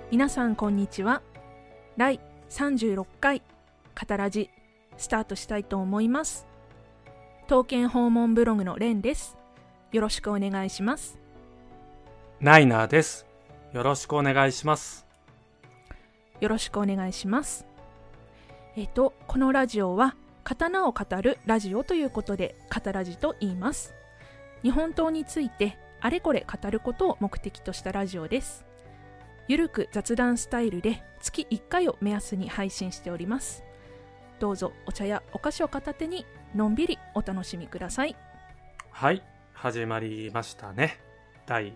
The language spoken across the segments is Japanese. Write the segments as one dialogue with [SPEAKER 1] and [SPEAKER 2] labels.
[SPEAKER 1] 皆さんこんにちは。第36回カタラジスタートしたいと思います。刀剣訪問ブログのレンです。よろしくお願いします。
[SPEAKER 2] ナイナーです。よろしくお願いします。
[SPEAKER 1] よろしくお願いします。このラジオは刀を語るラジオということでカタラジと言います。日本刀についてあれこれ語ることを目的としたラジオです。ゆるく雑談スタイルで月1回を目安に配信しております。どうぞお茶やお菓子を片手にのんびりお楽しみください。
[SPEAKER 2] はい、始まりましたね。第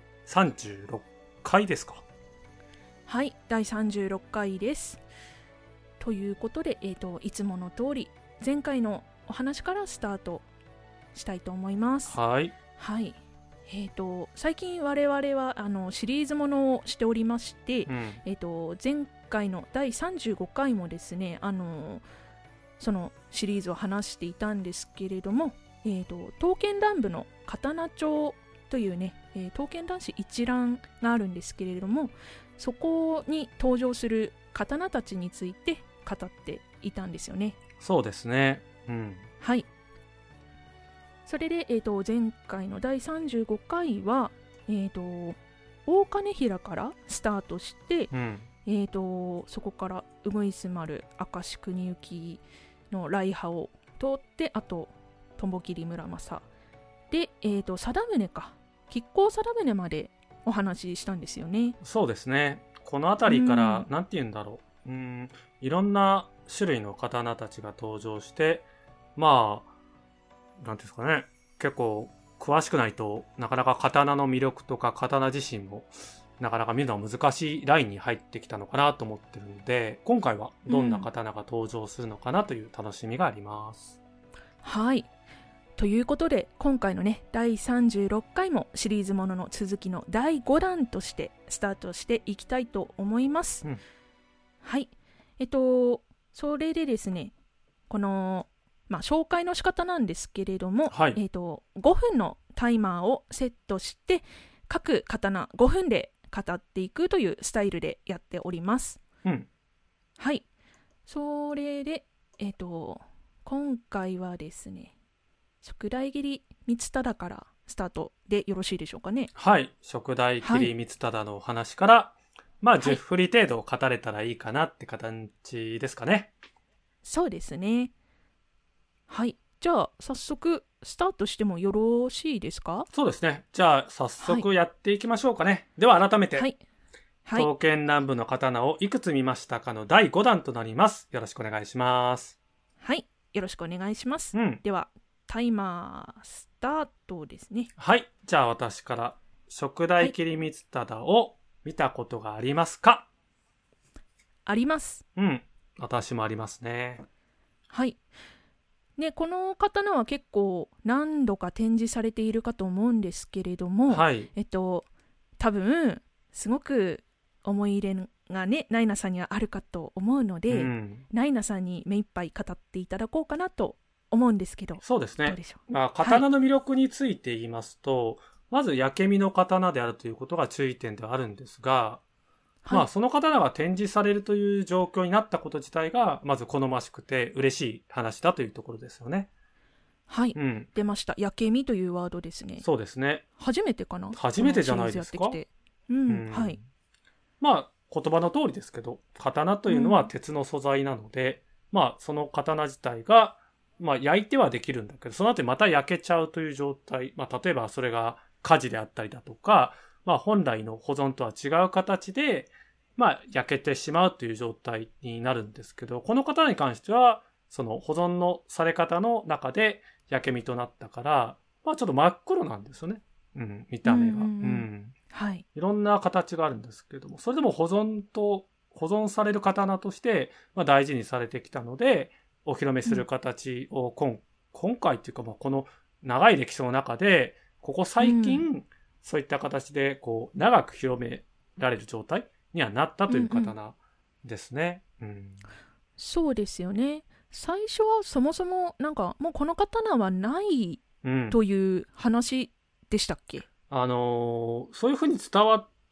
[SPEAKER 2] 36回ですか。
[SPEAKER 1] はい、第36回です。ということで、いつもの通り前回のお話からスタートしたいと思います。
[SPEAKER 2] はい。
[SPEAKER 1] はい。最近我々はシリーズものをしておりまして、前回の第35回もですね、そのシリーズを話していたんですけれども、刀剣乱舞の刀帳というね、刀剣男子一覧があるんですけれども、そこに登場する刀たちについて語っていたんですよね。
[SPEAKER 2] そうですね。
[SPEAKER 1] はい。それで、前回の第35回は、大金平からスタートして、そこからうぐいす丸、明石国行の来派を通って、あと友桐村正で、貞宗か亀甲貞宗までお話ししたんですよね。
[SPEAKER 2] そうですね。この辺りから、なんて言うんだろう。いろんな種類の刀たちが登場して、まあ、なんですかね、結構詳しくないとなかなか刀の魅力とか刀自身もなかなか見るのは難しいラインに入ってきたのかなと思ってるので、今回はどんな刀が登場するのかなという楽しみがあります。
[SPEAKER 1] はい、ということで今回のね第36回もシリーズものの続きの第5弾としてスタートしていきたいと思います。はい、それでですね、この紹介の仕方なんですけれども、5分のタイマーをセットして各刀5分で語っていくというスタイルでやっております。はい。それで、今回はですね、食代切光忠からスタートでよろしいでしょうかね。
[SPEAKER 2] はい。食代切光忠のお話から、10振り程度語れたらいいかなって形ですかね。
[SPEAKER 1] そうですね。はい、じゃあ早速スタートしてもよろしいですか？
[SPEAKER 2] そうですね。じゃあ早速やっていきましょうかね。では改めて、刀剣乱舞の刀をいくつ見ましたかの第5弾となります。よろしくお願いします。
[SPEAKER 1] はい、よろしくお願いします。ではタイマースタートですね。
[SPEAKER 2] はい、じゃあ私から食代切光忠を見たことがありますか？
[SPEAKER 1] あります。
[SPEAKER 2] 私もありますね。
[SPEAKER 1] はい。ね、この刀は結構何度か展示されているかと思うんですけれども、多分すごく思い入れがねナイナさんにはあるかと思うので、ナイナさんに目いっぱい語っていただこうかなと思うんですけど。
[SPEAKER 2] そうですね。
[SPEAKER 1] どうでしょう。
[SPEAKER 2] 刀の魅力について言いますと、まず焼け身の刀であるということが注意点ではあるんですが、その刀が展示されるという状況になったこと自体がまず好ましくて嬉しい話だというところですよね。
[SPEAKER 1] はい、出ました。焼け身というワードですね。
[SPEAKER 2] そうですね。
[SPEAKER 1] 初めてかな？
[SPEAKER 2] 初めてじゃないですか？はい。言葉の通りですけど、刀というのは鉄の素材なので、その刀自体が焼いてはできるんだけど、その後また焼けちゃうという状態。例えばそれが火事であったりだとか、本来の保存とは違う形で、焼けてしまうという状態になるんですけど、この刀に関しては、その保存のされ方の中で焼け身となったから、ちょっと真っ黒なんですよね。見た目が。いろんな形があるんですけども、それでも保存される刀として、大事にされてきたので、お披露目する形を今回っていうか、この長い歴史の中で、ここ最近、そういった形で長く広められる状態にはなったという刀ですね。
[SPEAKER 1] そうですよね。最初はそもそももうこの刀はないという話でしたっけ？
[SPEAKER 2] そういうふうに伝わってっ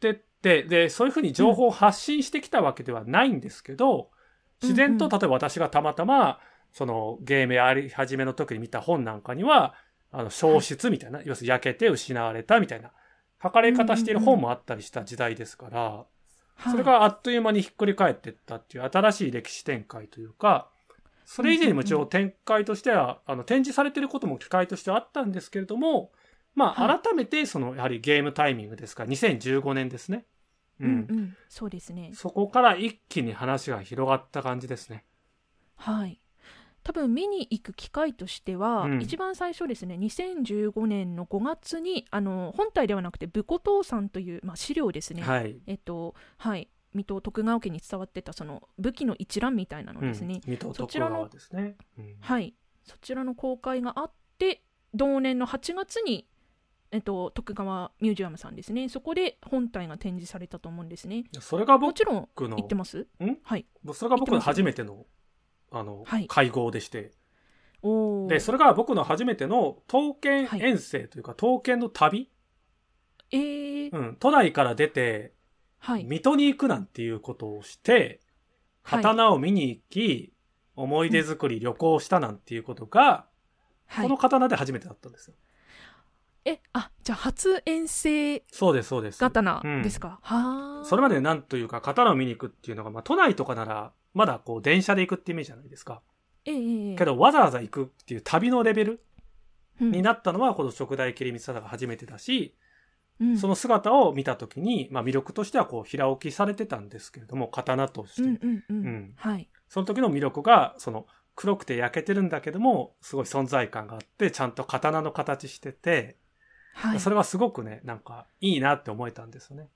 [SPEAKER 2] でそういうふうに情報を発信してきたわけではないんですけど、自然と例えば私がたまたまそのゲームやり始めの時に見た本なんかには消失みたいな、要するに焼けて失われたみたいな書かれ方している本もあったりした時代ですから、それがあっという間にひっくり返っていったっていう新しい歴史展開というか、それ以前にもちろん展開としては展示されていることも機会としてはあったんですけれども、まあ改めてやはりゲームタイミングですから2015年ですね。
[SPEAKER 1] そうですね。
[SPEAKER 2] そこから一気に話が広がった感じですね。
[SPEAKER 1] はい。多分見に行く機会としては、一番最初ですね、2015年の5月に本体ではなくて武庫東さんという、資料ですね。はい。水戸徳川家に伝わってたその武器の一覧みたいなのですね。
[SPEAKER 2] 水戸徳川ですね。
[SPEAKER 1] はい。そちらの公開があって、同年の8月に徳川ミュージアムさんですね、そこで本体が展示されたと思うんですね。
[SPEAKER 2] それが僕の
[SPEAKER 1] もちろん言ってます？はい。
[SPEAKER 2] それが僕の初めての会合でして、
[SPEAKER 1] お
[SPEAKER 2] でそれが僕の初めての刀剣遠征というか、刀剣の旅、都内から出て、水戸に行くなんていうことをして、刀を見に行き、思い出作り、旅行したなんていうことが、この刀で初めてだったんですよ。
[SPEAKER 1] じゃあ初遠征
[SPEAKER 2] そうですそうです
[SPEAKER 1] 刀ですか。
[SPEAKER 2] それまでなんというか刀を見に行くっていうのが、都内とかならまだこう電車で行くってイメージじゃないですか。けどわざわざ行くっていう旅のレベルになったのはこの直代桐光貞が初めてだし、その姿を見た時に、魅力としてはこう平置きされてたんですけれども、刀として、その時の魅力がその黒くて焼けてるんだけどもすごい存在感があって、ちゃんと刀の形してて、それはすごくね、なんかいいなって思えたんですよね。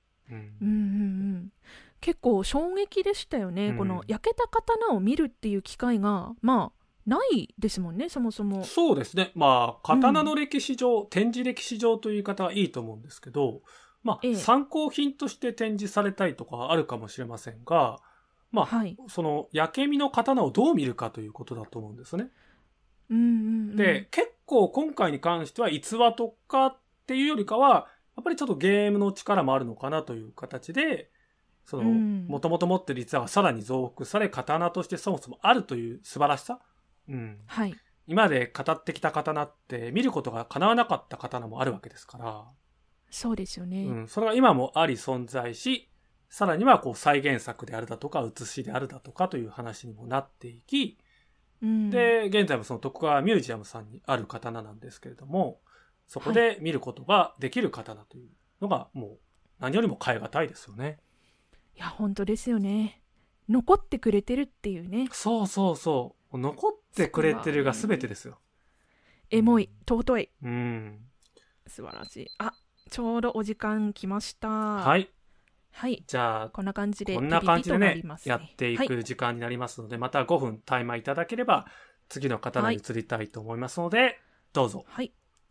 [SPEAKER 1] 結構衝撃でしたよね、この焼けた刀を見るっていう機会がないですもんね、そもそも。
[SPEAKER 2] そうですね。刀の歴史上、展示歴史上という言い方はいいと思うんですけど、参考品として展示されたりとかあるかもしれませんが、その焼け身の刀をどう見るかということだと思うんですね。で、結構今回に関しては逸話とかっていうよりかは、やっぱりちょっとゲームの力もあるのかなという形で、その、もともと持ってる逸話がさらに増幅され、刀としてそもそもあるという素晴らしさ。今まで語ってきた刀って見ることが叶わなかった刀もあるわけですから。
[SPEAKER 1] そうですよね。
[SPEAKER 2] それが今もあり存在し、さらにはこう再現作であるだとか、写しであるだとかという話にもなっていき、で、現在もその徳川ミュージアムさんにある刀なんですけれども、そこで見ることができる刀というのがもう何よりも代え難いですよね。
[SPEAKER 1] いや、本当ですよね。残ってくれてるっていうね。
[SPEAKER 2] そうそうそう。残ってくれてるが全てですよ。
[SPEAKER 1] エモい、尊い。
[SPEAKER 2] 素
[SPEAKER 1] 晴らしい。ちょうどお時間来ました。
[SPEAKER 2] はい。じゃあ、
[SPEAKER 1] こんな感じで
[SPEAKER 2] ね、やっていく時間になりますので、また5分タイマーいただければ、次の刀に移りたいと思いますので、どうぞ。
[SPEAKER 1] はい。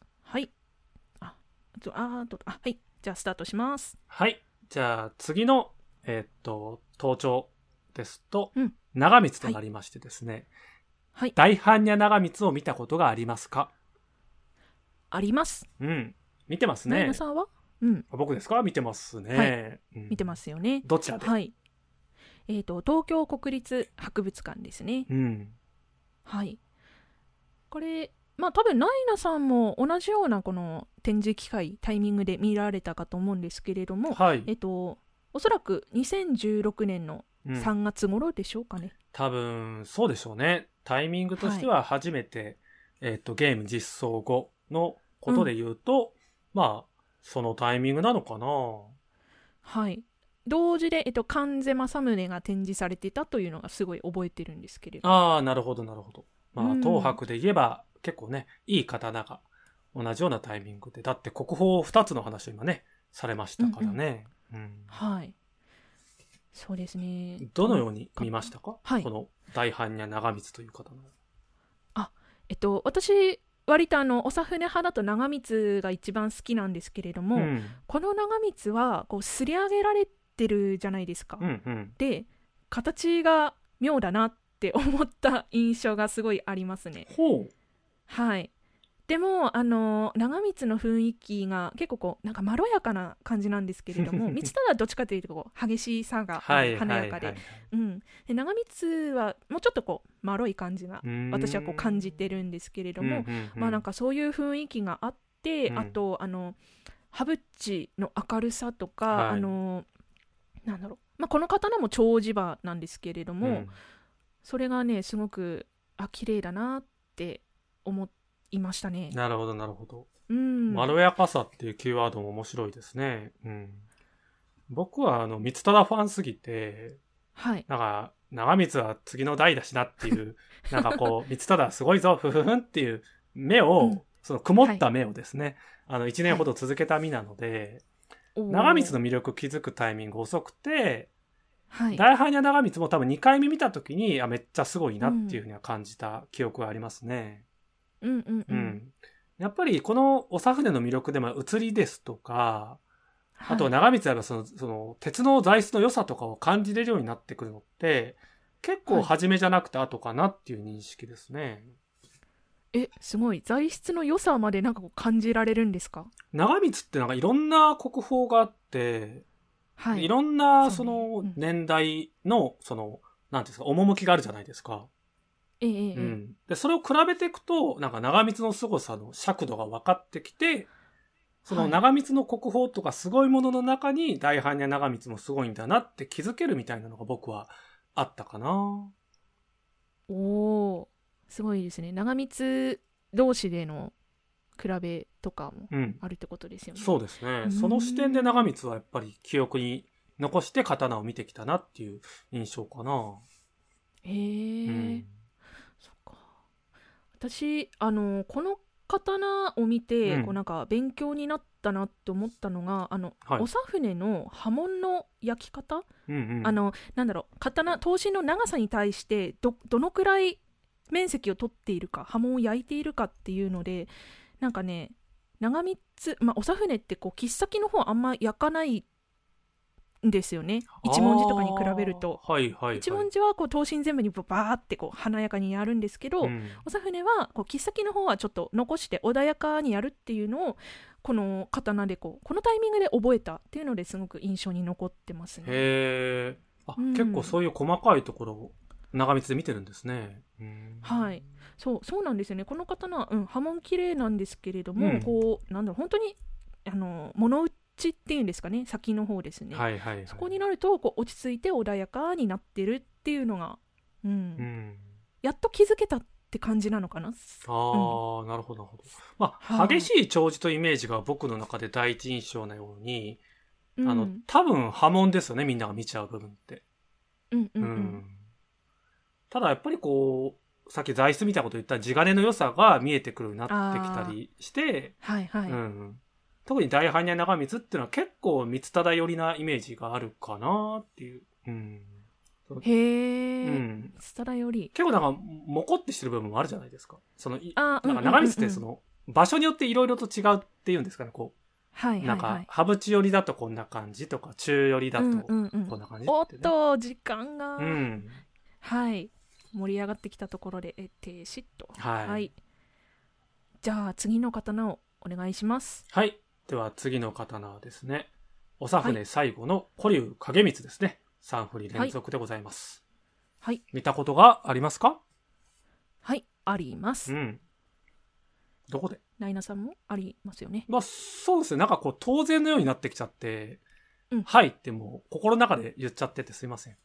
[SPEAKER 1] じゃあスタートします。
[SPEAKER 2] じゃあ次の、登頂ですと、長光となりましてですね。大般若長光を見たことがありますか？
[SPEAKER 1] あります。
[SPEAKER 2] 見てますね。
[SPEAKER 1] ナイナさんは？
[SPEAKER 2] 僕ですか？見てますね。
[SPEAKER 1] 見てますよね。
[SPEAKER 2] どちらで？
[SPEAKER 1] 東京国立博物館ですね。これ多分ナイナさんも同じようなこの展示機会タイミングで見られたかと思うんですけれども、おそらく2016年の3月頃でしょうかね。
[SPEAKER 2] 多分そうでしょうね。タイミングとしては初めて、ゲーム実装後のことで言うと、そのタイミングなのかな。
[SPEAKER 1] 同時で、関瀬正宗が展示されていたというのがすごい覚えてるんですけれど。
[SPEAKER 2] なるほどなるほど。東博で言えば結構ね、いい刀が同じようなタイミングで、だって国宝2つの話を今ねされましたからね。
[SPEAKER 1] そうですね。
[SPEAKER 2] どのように見ましたか？この大般若長光という刀
[SPEAKER 1] を。私割と長船派だと長光が一番好きなんですけれども、この長光はこうすり上げられてるじゃないですか。で、形が妙だなって思った印象がすごいありますね。 でも長光の雰囲気が結構こうなんかまろやかな感じなんですけれども、光忠はどっちかというとこう激しさが華やかで、で長光はもうちょっとこうまろい感じが私はこう感じてるんですけれども、まあなんかそういう雰囲気があって、あとハブッチの明るさとか、なんだろう、まあ、この刀も長磁場なんですけれども、それがねすごく綺麗だなって思いましたね。
[SPEAKER 2] なるほどなるほど。まろやかさっていうキーワードも面白いですね。僕は光忠ファンすぎて、なんか長光は次の代だしなっていうなんかこう光忠すごいぞふふふんっていう目を、その曇った目をですね、1年ほど続けた身なので、長光の魅力気づくタイミング遅くて、大般若長光も多分2回目見た時にめっちゃすごいなっていうふうには感じた記憶がありますね。やっぱりこの長船の魅力でも写りですとか、あと長光はその鉄の材質の良さとかを感じれるようになってくるのって結構初めじゃなくて後かなっていう認識ですね。
[SPEAKER 1] すごい材質の良さまでなんかこう感じられるんですか？
[SPEAKER 2] 長光ってなんかいろんな国宝があって、いろんなその年代のそのなんていうんですか趣があるじゃないですか。でそれを比べていくとなんか長光の凄さの尺度が分かってきて、その長光の国宝とかすごいものの中に大般若長光もすごいんだなって気づけるみたいなのが僕はあったかな。
[SPEAKER 1] すごいですね。長光同士での比べとかもあるってことですよね。
[SPEAKER 2] そうですね。その視点で長光はやっぱり記憶に残して刀を見てきたなっていう印象かな。
[SPEAKER 1] そっか。私この刀を見て、こうなんか勉強になったなって思ったのが長船の刃文の焼き方、なんだろう、刀刀身の長さに対してどのくらい面積を取っているか、刃文を焼いているかっていうので、なんかね長光、長船ってこう切っ先の方あんま焼かないんですよね、一文字とかに比べると。一文字はこう刀身全部にバーってこう華やかにやるんですけど、長船はこう切っ先の方はちょっと残して穏やかにやるっていうのをこの刀でこのタイミングで覚えたっていうのですごく印象に残ってますね。
[SPEAKER 2] 結構そういう細かいところを長光で見てるんですね。
[SPEAKER 1] そうなんですよね。この刀、刃文綺麗なんですけれども、こうなんだろう、本当に物打ちっていうんですかね、先の方ですね。そこになるとこう落ち着いて穏やかになってるっていうのが、やっと気づけたって感じなのかな。なる
[SPEAKER 2] ほどなるほど。激しい丁字とイメージが僕の中で第一印象のように、多分刃文ですよね、みんなが見ちゃう部分って。ただやっぱりこうさっき材質みたいなこと言った地金の良さが見えてくるようになってきたりして、特に大般若長光っていうのは結構光忠寄りなイメージがあるかなっていう。
[SPEAKER 1] 光忠寄り。
[SPEAKER 2] 結構なんかモコってしてる部分もあるじゃないですか。なんか長光ってその場所によっていろいろと違うっていうんですかね、こう。なんか羽縁寄りだとこんな感じとか中寄りだとこんな感じ、
[SPEAKER 1] おっと時間が、盛り上がってきたところで停止と。じゃあ次の刀をお願いします。
[SPEAKER 2] では次の刀はですね、長船最後の古流景光ですね。3振り連続でございます。見たことがありますか？
[SPEAKER 1] あります。
[SPEAKER 2] どこで？
[SPEAKER 1] ナイナさんもありますよね。
[SPEAKER 2] そうですね。なんかこう当然のようになってきちゃって、ってもう心の中で言っちゃっててすいません。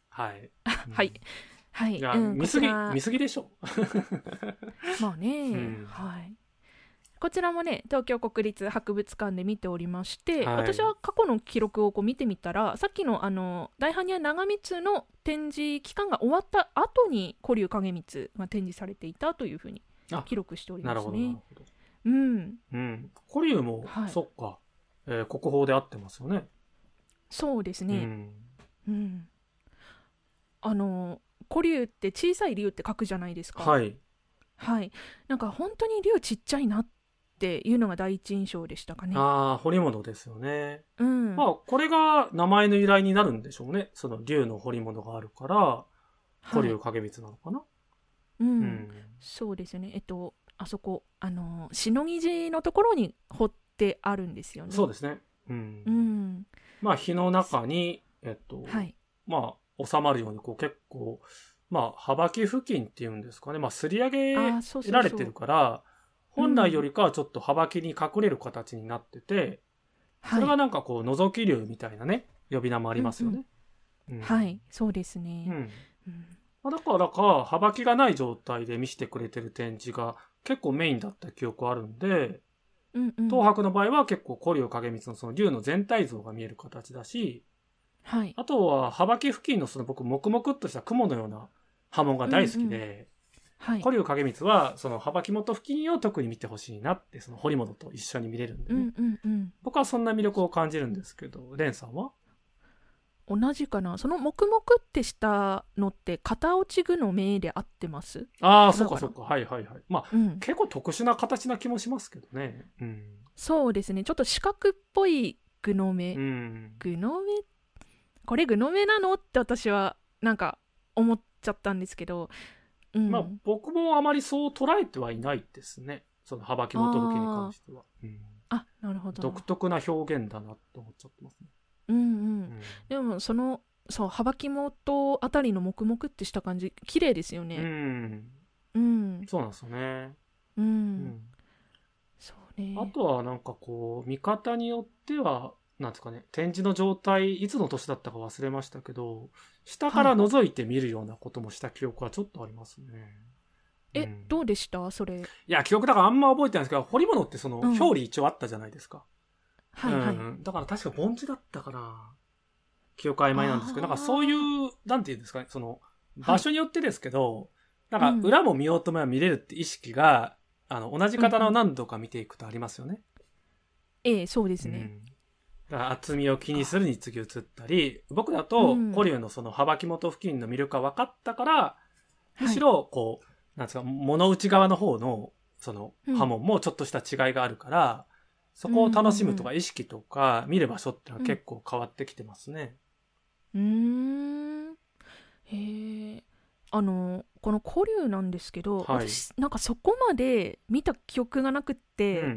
[SPEAKER 2] いや、見すぎでしょ。
[SPEAKER 1] まあね、こちらもね東京国立博物館で見ておりまして、私は過去の記録をこう見てみたら、さっきの大般若長光の展示期間が終わった後に古流景光が展示されていたというふうに記録しておりますね。
[SPEAKER 2] 古流も、そっか、国宝であってますよね。
[SPEAKER 1] そうですね。古流って小さい龍って書くじゃないですか。なんか本当に龍ちっちゃいなっていうのが第一印象でしたかね。
[SPEAKER 2] 彫り物ですよね。これが名前の由来になるんでしょうね。その龍の彫り物があるから古流景光なのかな。
[SPEAKER 1] そうですよね。 あそこしのぎ地のところに掘ってあるんですよね。
[SPEAKER 2] そうですね。まあ火の中に
[SPEAKER 1] はい、
[SPEAKER 2] まあ収まるようにこう結構まあ幅木付近っていうんですかね、まあすり上げられてるから本来よりかはちょっと幅木に隠れる形になってて、それがなんかこう覗き竜みたいなね呼び名もありますよね。
[SPEAKER 1] はい、そうですね。
[SPEAKER 2] だからか幅木がない状態で見せてくれてる展示が結構メインだった記憶あるんで、東博の場合は結構古竜影光のその竜の全体像が見える形だし、
[SPEAKER 1] はい、
[SPEAKER 2] あとは幅木付近のその僕黙々とした雲のような波紋が大好きで、古竜影光はその幅木元付近を特に見てほしいなって、その彫り物と一緒に見れるんでね、僕はそんな魅力を感じるんですけど、レンさんは
[SPEAKER 1] 同じかな。その黙々ってしたのって片落ち具の目で合ってます？
[SPEAKER 2] ああ、そうかそうか、はいはいはい。まあ、結構特殊な形な気もしますけどね。
[SPEAKER 1] そうですね。ちょっと四角っぽい具の目。具の目、これ具の目なのって私はなんか思っちゃったんですけど、
[SPEAKER 2] まあ僕もあまりそう捉えてはいないですね。その幅木元付近に関しては。
[SPEAKER 1] あ、なるほど。
[SPEAKER 2] 独特な表現だなと思っちゃってますね。
[SPEAKER 1] でもそう幅木元あたりの黙々ってした感じ綺麗ですよね。
[SPEAKER 2] そうなんですよね。
[SPEAKER 1] そうね。
[SPEAKER 2] あとはなんかこう見方によってはなんですかね、展示の状態いつの年だったか忘れましたけど、下から覗いて見るようなこともした記憶はちょっとありますね。
[SPEAKER 1] どうでしたそれ？
[SPEAKER 2] いや記憶だからあんま覚えてないんですけど、彫り物ってその表裏一応あったじゃないですか。だから確か盆地だったかな、記憶曖昧なんですけど、なんかそういうなんていうんですかね、その場所によってですけど、なんか裏も見ようとも見れるって意識が同じ刀を何度か見ていくとありますよね。
[SPEAKER 1] そうですね。
[SPEAKER 2] だから厚みを気にするに次移ったり、僕だと古竜のその幅木元付近の魅力が分かったから、むしろこうなんですか、物内側の方のその刃文もちょっとした違いがあるから、そこを楽しむとか意識とか見る場所ってのは結構変わってきてますね。
[SPEAKER 1] へえ。この古竜なんですけど、私なんかそこまで見た記憶がなくって、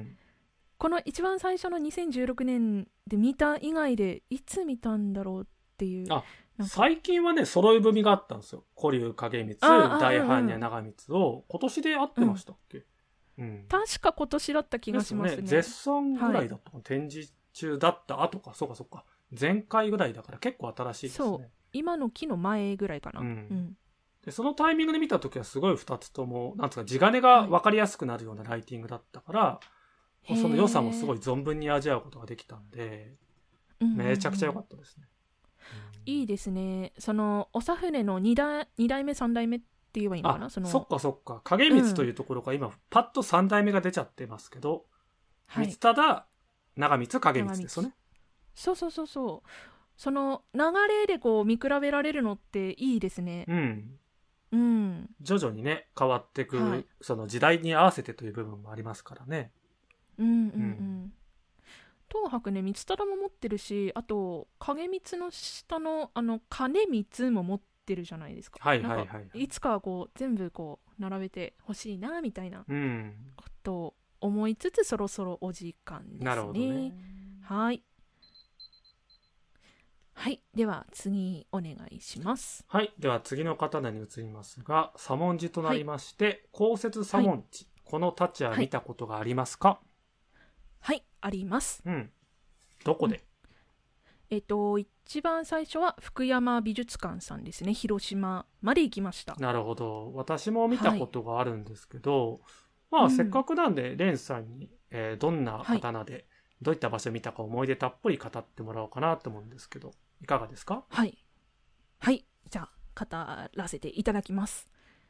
[SPEAKER 1] この一番最初の2016年で見た以外でいつ見たんだろうっていう。
[SPEAKER 2] 最近はね揃い踏みがあったんですよ。古竜影光、大般若長光を今年であってましたっけ？
[SPEAKER 1] 確か今年だった気がしますね。
[SPEAKER 2] 絶賛ぐらいだったか、展示中だった後か、そうかそうか、前回ぐらいだから結構新しいですね。
[SPEAKER 1] そう今の木の前ぐらいかな。
[SPEAKER 2] でそのタイミングで見た時はすごい2つともなんつうか地金が分かりやすくなるようなライティングだったから、その良さもすごい存分に味わうことができたんで、めちゃくちゃ良かったですね。
[SPEAKER 1] いいですね。その長船の2代目3代目って言えばいいのかな。そっ
[SPEAKER 2] かそっか、影光というところが今パッと3代目が出ちゃってますけど、光忠、長光、影光ですよね。
[SPEAKER 1] そうその流れでこう見比べられるのっていいですね。
[SPEAKER 2] 徐々にね変わっていく、その時代に合わせてという部分もありますからね。
[SPEAKER 1] 東博ね、光忠も持ってるし、あと影光の下の金光も持ってるじゃないですか。いつかはこう全部こう並べてほしいなみたいなことを思いつつ、そろそろお時間ですね。
[SPEAKER 2] なるほどね。
[SPEAKER 1] はい、では次お願いします。
[SPEAKER 2] はい、では次の刀に移りますが、左文字となりまして、降雪左文字、この太刀は見たことがありますか？
[SPEAKER 1] はい、あります。
[SPEAKER 2] どこで？
[SPEAKER 1] 一番最初は福山美術館さんですね。広島まで行きました。
[SPEAKER 2] なるほど。私も見たことがあるんですけど、まあせっかくなんでレンさんに、どんな刀で、どういった場所を見たか思い出たっぷり語ってもらおうかなと思うんですけど、いかがですか？
[SPEAKER 1] はい、じゃあ語らせていただきます。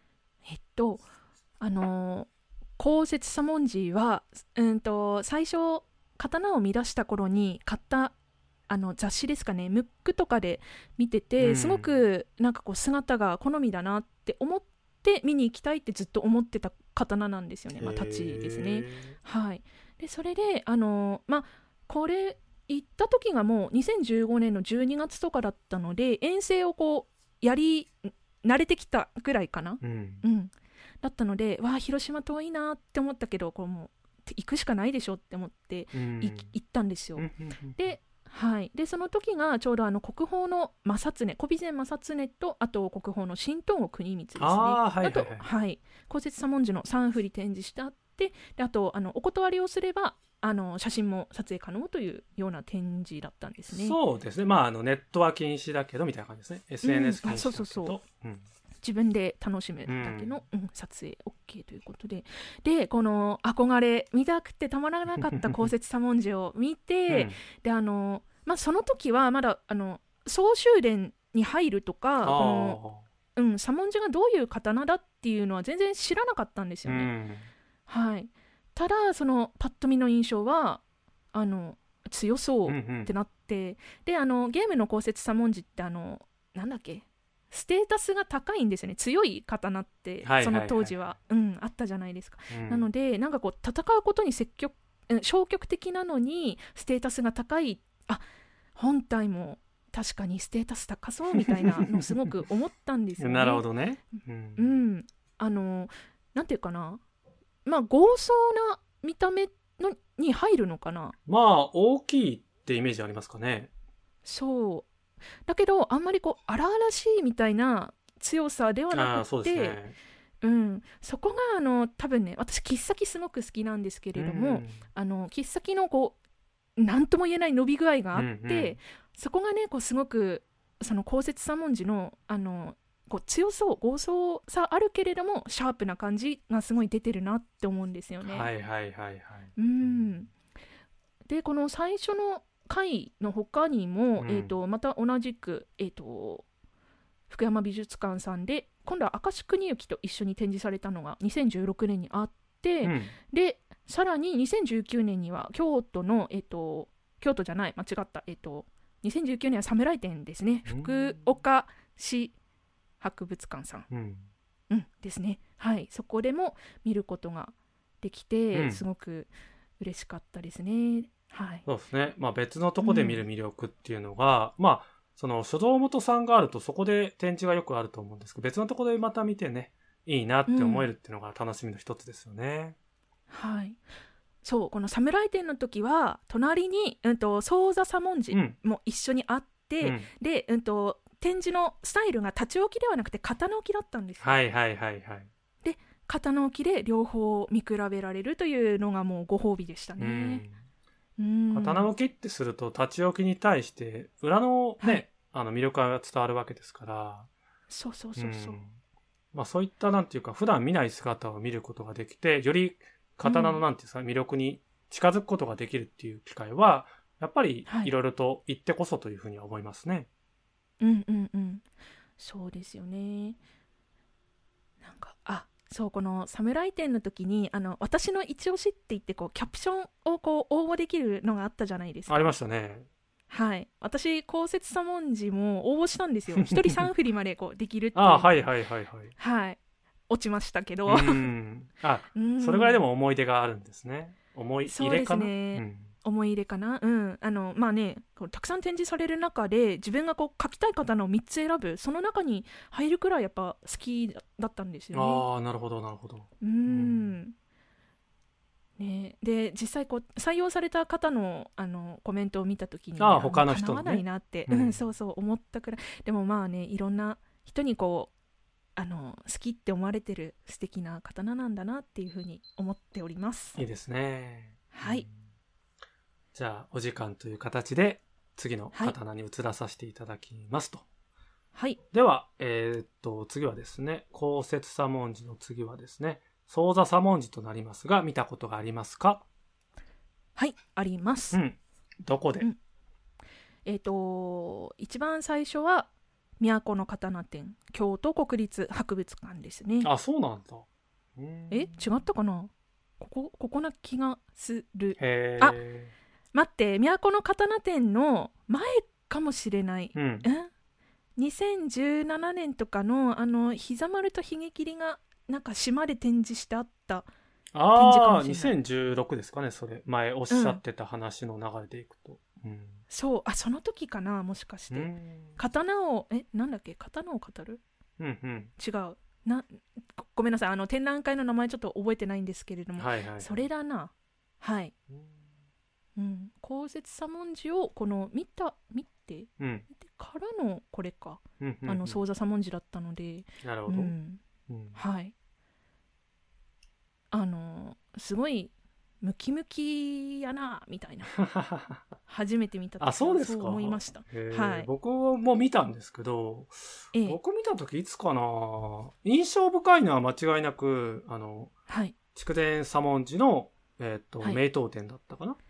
[SPEAKER 1] 降雪左文字は最初刀を見出した頃に買った雑誌ですかね、ムックとかで見てて、すごくなんかこう姿が好みだなって思って見に行きたいってずっと思ってた刀なんですよね。太刀ですね。でそれでこれ行った時がもう2015年の12月とかだったので、遠征をこうやり慣れてきたぐらいかな。 だったので、わあ広島遠いなって思ったけど、こうもう行くしかないでしょって思って行ったんですよ。で、はい、でその時がちょうど国宝の正常小備前正常と、あと国宝の神東郷国光ですね。あと、はい、光節左文字の3振り展示してあって、であとお断りをすれば写真も撮影可能というような展示だったんですね。
[SPEAKER 2] そうですね。まあネットは禁止だけどみたいな感じですね。SNS 禁止だけど、
[SPEAKER 1] そう、自分で楽しむだけの、撮影 OK ということで、でこの憧れ見たくてたまらなかった光節左文字を見て、でその時はまだ総集殿に入るとか、この左文字がどういう刀だっていうのは全然知らなかったんですよね。はい。ただそのパッと見の印象は強そうってなって、でゲームの光節左文字ってなんだっけ、ステータスが高いんですよね。強い刀ってその当時は、あったじゃないですか。なのでなんかこう戦うことに消極的なのにステータスが高い、本体も確かにステータス高そうみたいなのをすごく思ったんですよね。
[SPEAKER 2] なるほどね。
[SPEAKER 1] なんていうかな、豪壮な見た目に入るのかな。
[SPEAKER 2] 大きいってイメージありますかね。
[SPEAKER 1] そうだけどあんまりこう荒々しいみたいな強さではなくて、そこが多分ね、私切っ先すごく好きなんですけれども、切っ先のこう何とも言えない伸び具合があって、そこがねこうすごくその光節左文字のこう強そう豪壮さあるけれどもシャープな感じがすごい出てるなって思うんですよね。でこの最初の回の他にも、また同じく、福山美術館さんで今度は明石国行と一緒に展示されたのが2016年にあって、でさらに2019年には京都の、京都じゃない間違った、2019年は侍展ですね、福岡市博物館さん、ですね。はい、そこでも見ることができて、すごく嬉しかったですね。はい、
[SPEAKER 2] そうですね。別のとこで見る魅力っていうのが、その書道元さんがあるとそこで展示がよくあると思うんですけど、別のとこでまた見てね、いいなって思えるっていうのが楽しみの一つですよね。
[SPEAKER 1] はい。そう、この侍展の時は隣に宗座左文字も一緒にあって、で展示のスタイルが立ち置きではなくて刀置きだったんですよ。で刀置きで両方見比べられるというのがもうご褒美でしたね。
[SPEAKER 2] 刀置きってすると立ち置きに対して裏のね、魅力が伝わるわけですから、そういったなんていうか普段見ない姿を見ることができて、より刀のなんていうんですか、魅力に近づくことができるっていう機会はやっぱりいろいろと言ってこそというふうには思いますね。
[SPEAKER 1] そうですよね。なんかそう、この侍展の時に私の一押しって言ってこうキャプションをこう応募できるのがあったじゃないですか。
[SPEAKER 2] ありましたね。
[SPEAKER 1] はい、私光節左文字も応募したんですよ。一人3振りまでこうできるっていう。落ちましたけど
[SPEAKER 2] それぐらいでも思い出があるんですね。思い入れかな。
[SPEAKER 1] そうですね、思い入れかな。たくさん展示される中で自分がこう描きたい刀を3つ選ぶ、その中に入るくらいやっぱ好きだったんですよね。
[SPEAKER 2] なるほどなるほど。
[SPEAKER 1] で実際こう採用された方のコメントを見た時に
[SPEAKER 2] 他の人
[SPEAKER 1] 叶わないなって、そう思ったくらい。でもいろんな人にこう好きって思われてる素敵な刀なんだなっていうふうに思っております。
[SPEAKER 2] いいですね。
[SPEAKER 1] はい、
[SPEAKER 2] じゃあお時間という形で次の刀に移らさせていただきますと。
[SPEAKER 1] はい。
[SPEAKER 2] では、次はですね、光節左文字の次はですね、宗座左文字となりますが、見たことがありますか？
[SPEAKER 1] はい、あります。
[SPEAKER 2] どこで？
[SPEAKER 1] 一番最初は都の刀展、京都国立博物館ですね。
[SPEAKER 2] そうなんだ。
[SPEAKER 1] 違ったかな。ここな気がする。待って、都の刀展の前かもしれない。2017年とかの膝丸とひげ切りがなんか島で展示してあった展示かもしれない。
[SPEAKER 2] 2016ですかね、それ。前おっしゃってた話の流れでいくと。
[SPEAKER 1] そう、その時かな、もしかして。刀を、なんだっけ、刀を語る？違う。ごごめんなさい、展覧会の名前ちょっと覚えてないんですけれども、
[SPEAKER 2] はいはい、
[SPEAKER 1] それだな。はい。光節左文字をこの見てからのこれか、宗座左文字だったので、
[SPEAKER 2] なるほど、
[SPEAKER 1] はい。すごいムキムキやなみたいな初めて見た時
[SPEAKER 2] そう
[SPEAKER 1] 思いました。
[SPEAKER 2] はい、僕も見たんですけど、僕見た時いつかな、印象深いのは間違いなく
[SPEAKER 1] はい、
[SPEAKER 2] 筑前左文字の、名刀展だったかな。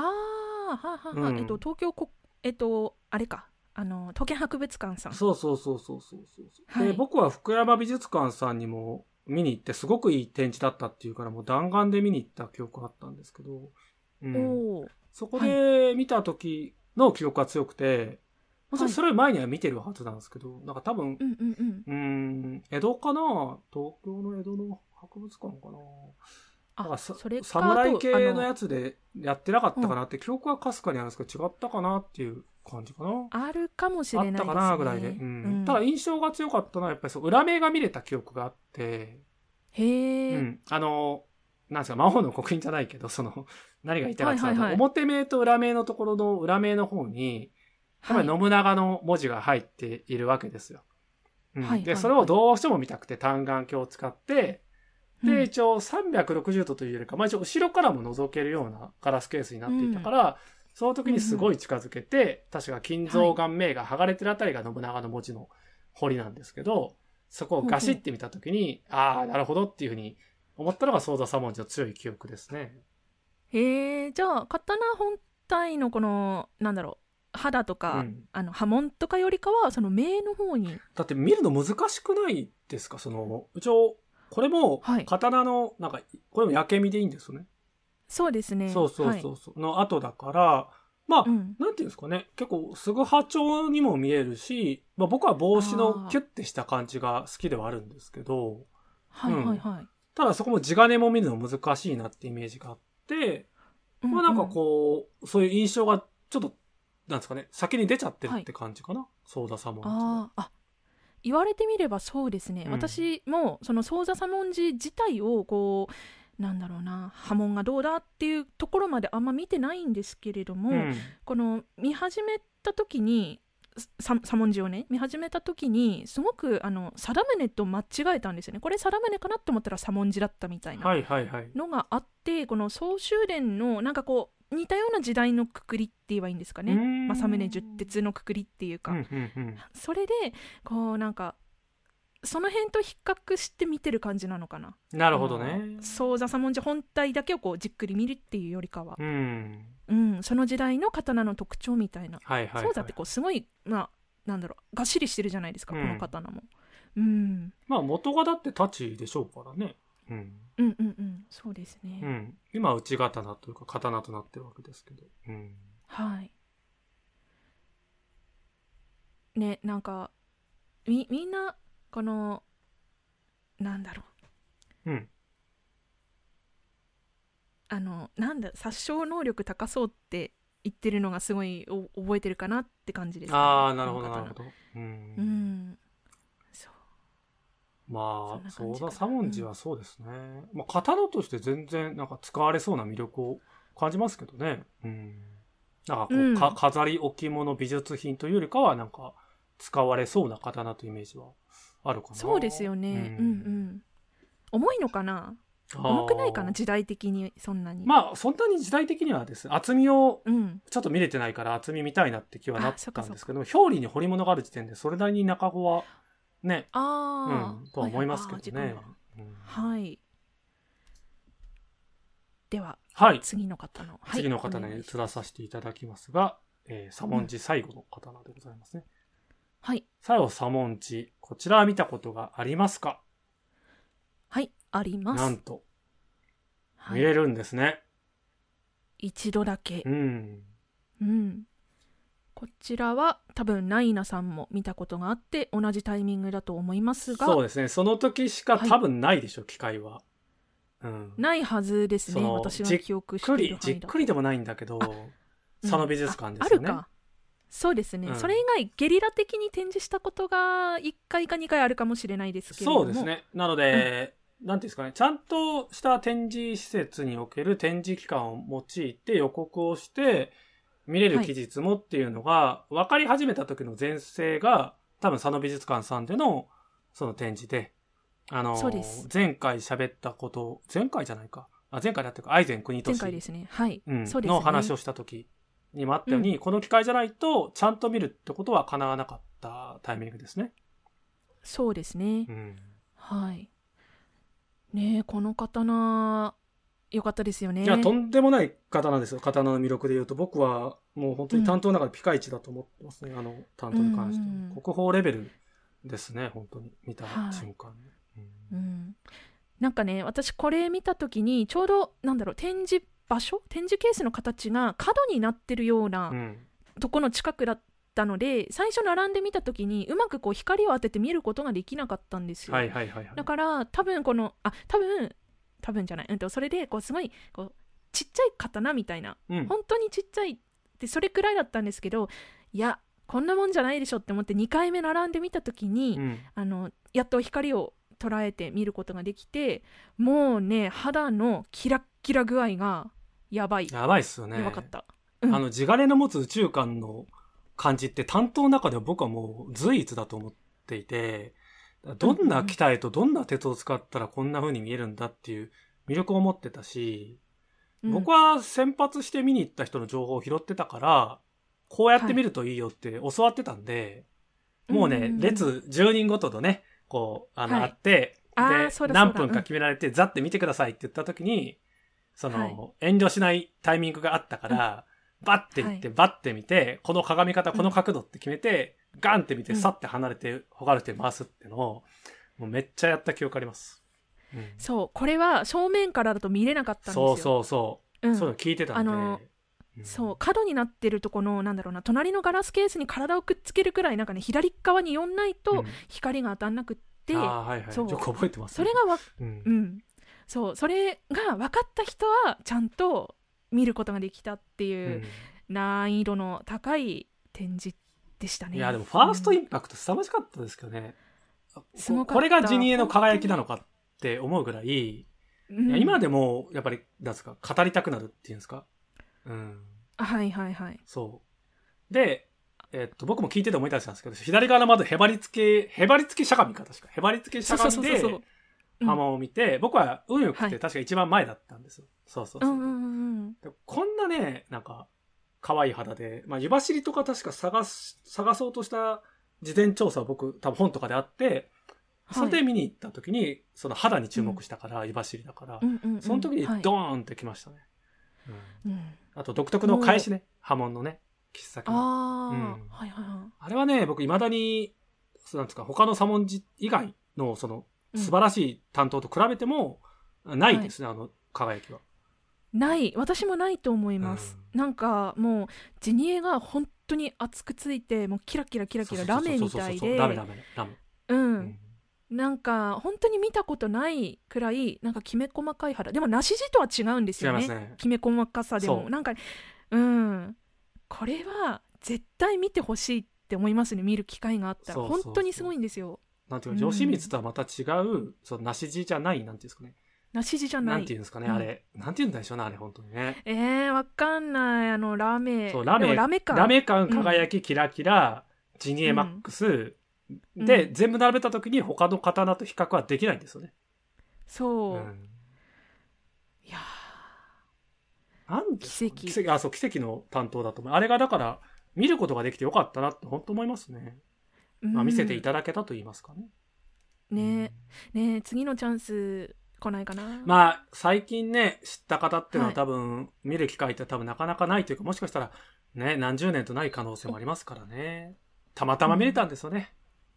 [SPEAKER 1] 東京あれか、刀剣博物館さん。
[SPEAKER 2] そう、で僕は福山美術館さんにも見に行ってすごくいい展示だったっていうからもう弾丸で見に行った記憶があったんですけど、そこで見た時の記憶が強くて、もちろんそれ前には見てるはずなんですけど、なんか多分、江戸かな、東京の江戸の博物館かな、なんか侍系のやつでやってなかったかなって記憶はかすかにあるんですけど、違ったかなっていう感じかな。
[SPEAKER 1] あるかもしれないですね。
[SPEAKER 2] あったかなぐらいで、ただ印象が強かったのはやっぱり裏面が見れた記憶があって、なんですか、魔法の刻印じゃないけど、何が言いたかったかと、表面と裏面のところの裏面の方に、やっぱり信長の文字が入っているわけですよ。で、それをどうしても見たくて単眼鏡を使って、で、一応360度というよりか、一応後ろからも覗けるようなガラスケースになっていたから、その時にすごい近づけて、確か金蔵眼名が剥がれてるあたりが信長の文字の彫りなんですけど、そこをガシって見た時に、なるほどっていうふうに思ったのが宗座左文字の強い記憶ですね。
[SPEAKER 1] じゃあ刀本体のこの肌とか、刃文とかよりかはその銘の方に。
[SPEAKER 2] だって見るの難しくないですか？一応これも刀のこれも焼け身でいいんですよね。
[SPEAKER 1] そうですね。
[SPEAKER 2] そうの後だから、なんていうんですかね、結構すぐ波長にも見えるし、僕は帽子のキュッてした感じが好きではあるんですけど、ただそこも地金も見るの難しいなってイメージがあって、そういう印象がちょっとなんですかね、先に出ちゃってるって感じかな、宗座左文字。
[SPEAKER 1] 言われてみればそうですね。私もその宗座左文字自体を刃文がどうだっていうところまであんま見てないんですけれども、この見始めた時に左文字をね見始めた時にすごく貞宗と間違えたんですよね。これ貞宗かなって思ったら左文字だったみたいなのがあって、この総集伝の似たような時代のくくりって言えばいいんですかね。政宗十鉄のくくりっていうか、それでその辺と比較して見てる感じなのかな。
[SPEAKER 2] なるほどね。
[SPEAKER 1] 宗座左文字本体だけをじっくり見るっていうよりかは、その時代の刀の特徴みたいな。宗座ってすごいがっしりしてるじゃないですか、この刀も。
[SPEAKER 2] 元がだって太刀でしょうからね。
[SPEAKER 1] そうですね。
[SPEAKER 2] 今は内刀というか刀となってるわけですけど。
[SPEAKER 1] ね、みんなこの殺傷能力高そうって言ってるのがすごい覚えてるかなって感じです、ね。
[SPEAKER 2] なるほどなるほど。宗座左文字はそうですね。刀として全然使われそうな魅力を感じますけどね。飾り置物美術品というよりかは使われそうな刀というイメージはあるかな。
[SPEAKER 1] そうですよね。重いのかな。重くないかな、時代的にそんなに。
[SPEAKER 2] そんなに時代的にはですね、厚みをちょっと見れてないから厚み見たいなって気はなったんですけど、表裏に彫り物がある時点でそれなりに中子はね、とは思いますけどね。では、次の方に移らさせていただきますが、左文字最後の刀でございますね。最後左文字、こちらは見たことがありますか？
[SPEAKER 1] あります。
[SPEAKER 2] なんと、見れるんですね。
[SPEAKER 1] 一度だけ。こちらは多分ナイナさんも見たことがあって同じタイミングだと思いますが、
[SPEAKER 2] そうですね。その時しか多分ないでしょ、機会は。
[SPEAKER 1] ないはずですね。私は記憶している範囲だと。
[SPEAKER 2] じっくりでもないんだけど、佐野美術館ですよね。
[SPEAKER 1] あるか。そうですね、それ以外ゲリラ的に展示したことが1回か2回あるかもしれないですけれども。
[SPEAKER 2] そうですね。なので、 なんていうんですかね、ちゃんとした展示施設における展示期間を用いて予告をして見れる期日もっていうのが分かり始めた時の前世が多分佐野美術館さんでのその展示で、
[SPEAKER 1] そうです。
[SPEAKER 2] 前回喋ったこと、前回じゃないか。前回だってか、愛禅国俊。
[SPEAKER 1] 前回ですね。はい。
[SPEAKER 2] そうですね。の話をした時にもあったように、この機会じゃないとちゃんと見るってことは叶わなかったタイミングですね。
[SPEAKER 1] そうですね。はい。ねえ、この刀、良かったですよね。
[SPEAKER 2] いや、とんでもない刀ですよ。刀の魅力で言うと、僕はもう本当に担当の中でピカイチだと思ってますね。担当に関しては。国宝レベルですね、本当に。見た瞬間に。
[SPEAKER 1] なんかね、私これ見たときに、ちょうど、展示場所、展示ケースの形が角になってるようなとこの近くだったので、最初並んで見たときにうまくこう光を当てて見ることができなかったんですよ。だから多分多分じゃない、それでこうすごいこうちっちゃい刀みたいな、本当にちっちゃいってそれくらいだったんですけど、いやこんなもんじゃないでしょって思って2回目並んでみたときに、やっと光を捉えて見ることができて、もうね肌のキラッキラ具合がやばいっ
[SPEAKER 2] すよね。
[SPEAKER 1] やばかった。
[SPEAKER 2] 地金の持つ宇宙観の感じって担当の中では僕はもう随一だと思っていて、どんな機体とどんな鉄を使ったらこんな風に見えるんだっていう魅力を持ってたし、僕は先発して見に行った人の情報を拾ってたから、こうやって見るといいよって教わってたんで、もうね、列10人ごとのね、こう、あって、で、何分か決められて、ザッて見てくださいって言った時に、遠慮しないタイミングがあったから、バッて行って、バッて見て、この鏡み方、この角度って決めて、ガンって見て、さって離れて、他の人に回すっていうのを、もうめっちゃやった記憶あります。
[SPEAKER 1] そう、これは正面からだと見れなかったんですよ。そういうの
[SPEAKER 2] 聞いてたんで。
[SPEAKER 1] そう角になってるとこの隣のガラスケースに体をくっつけるくらい左側に寄んないと光が当たんなくって、
[SPEAKER 2] そうよく覚えてます、
[SPEAKER 1] ね、それがそうそれが分かった人はちゃんと見ることができたっていう難易度の高い展示でしたね。
[SPEAKER 2] いやでもファーストインパクト凄まじかったですけどね、これがジニエの輝きなのかって思うぐらい、いや今でもやっぱりなんですか語りたくなるっていうんですか。そうで、僕も聞いてて思い出したんですけど、左側の窓へばりつけしゃがみか、確かへばりつけしゃがみで浜を見て、僕は運よくて確か一番前だったんですよ。こんなね、なんか可愛い肌で、湯走りとか確か探そうとした事前調査は僕多分本とかであって、それで見に行った時にその肌に注目したから、湯走りだから、その時にドーンってきましたね。あと独特の返しね、刃文のね、切っ先の。あれはね、僕未だになんですか、他の左文字以外のその素晴らしい担当と比べてもないですね、輝きは。
[SPEAKER 1] ない、私もないと思います。なんかもうジニエが本当に厚くついて、もうキラキララメみたいで、ラメ。なんか本当に見たことないくらいなんかきめ細かい肌でも梨地とは違うんですよ ね、きめ細かさでもなんかこれは絶対見てほしいって思いますね。見る機会があったら本当にすごいんですよ。
[SPEAKER 2] なんていうか女子蜜とはまた違う、その梨地じゃない、なんていうんですかね、
[SPEAKER 1] 梨地じゃない、
[SPEAKER 2] なんていうんですかね、あれなんていうんでしょうね、あれ本当に
[SPEAKER 1] ね。わかんない。ラメか、
[SPEAKER 2] ラメ感輝き、キラキラ、ジニエマックス、で、全部並べた時に他の刀と比較はできないんですよね。
[SPEAKER 1] そう、いや
[SPEAKER 2] なん奇跡の担当だと思う。あれがだから見ることができてよかったなって本当思いますね。見せていただけたと言いますかね。
[SPEAKER 1] ねえ、次のチャンス来ないかな。
[SPEAKER 2] 最近ね知った方っていうのは多分、見る機会って多分なかなかないというか、もしかしたらね何十年とない可能性もありますからね。たまたま見れたんですよね。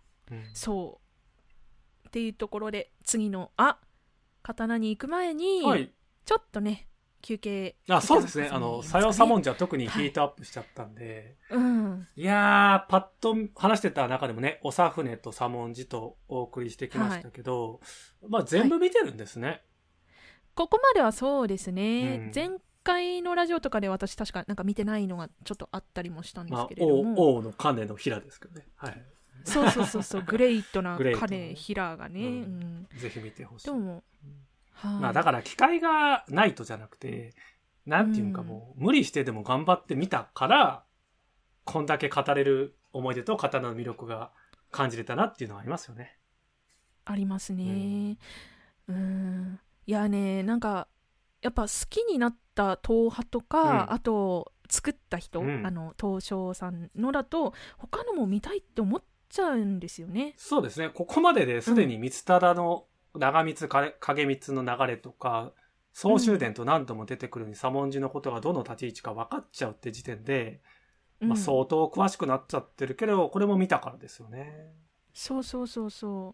[SPEAKER 1] そうっていうところで次の刀に行く前に、ちょっとね休憩。
[SPEAKER 2] そうですね。さよさもんじゃ特にヒートアップしちゃったんで、いやー、パッと話してた中でもね、おさふねとさもんじとお送りしてきましたけど、全部見てるんですね。
[SPEAKER 1] ここまではそうですね。前回のラジオとかで私確かなんか見てないのがちょっとあったりもしたんですけれども、
[SPEAKER 2] 王の金のひらですけどね。
[SPEAKER 1] そうそうそうそう、グレイトな彼、ヒラがね、
[SPEAKER 2] ぜひ見てほしい。
[SPEAKER 1] でも、
[SPEAKER 2] まあだから機会がないとじゃなくて、なんていうかもう、無理してでも頑張ってみたから、こんだけ語れる思い出と刀の魅力が感じれたなっていうのはありますよね。
[SPEAKER 1] ありますね。いやね、なんかやっぱ好きになった東派とか、あと作った人、東証さんのだと他のも見たいって思っちゃうんですよね。
[SPEAKER 2] そうですね。ここまでですでに光忠の長光影光の流れとか、総集伝と何度も出てくるように左文字のことがどの立ち位置か分かっちゃうって時点で、相当詳しくなっちゃってるけど、これも見たからですよね。
[SPEAKER 1] そうそうそうそう。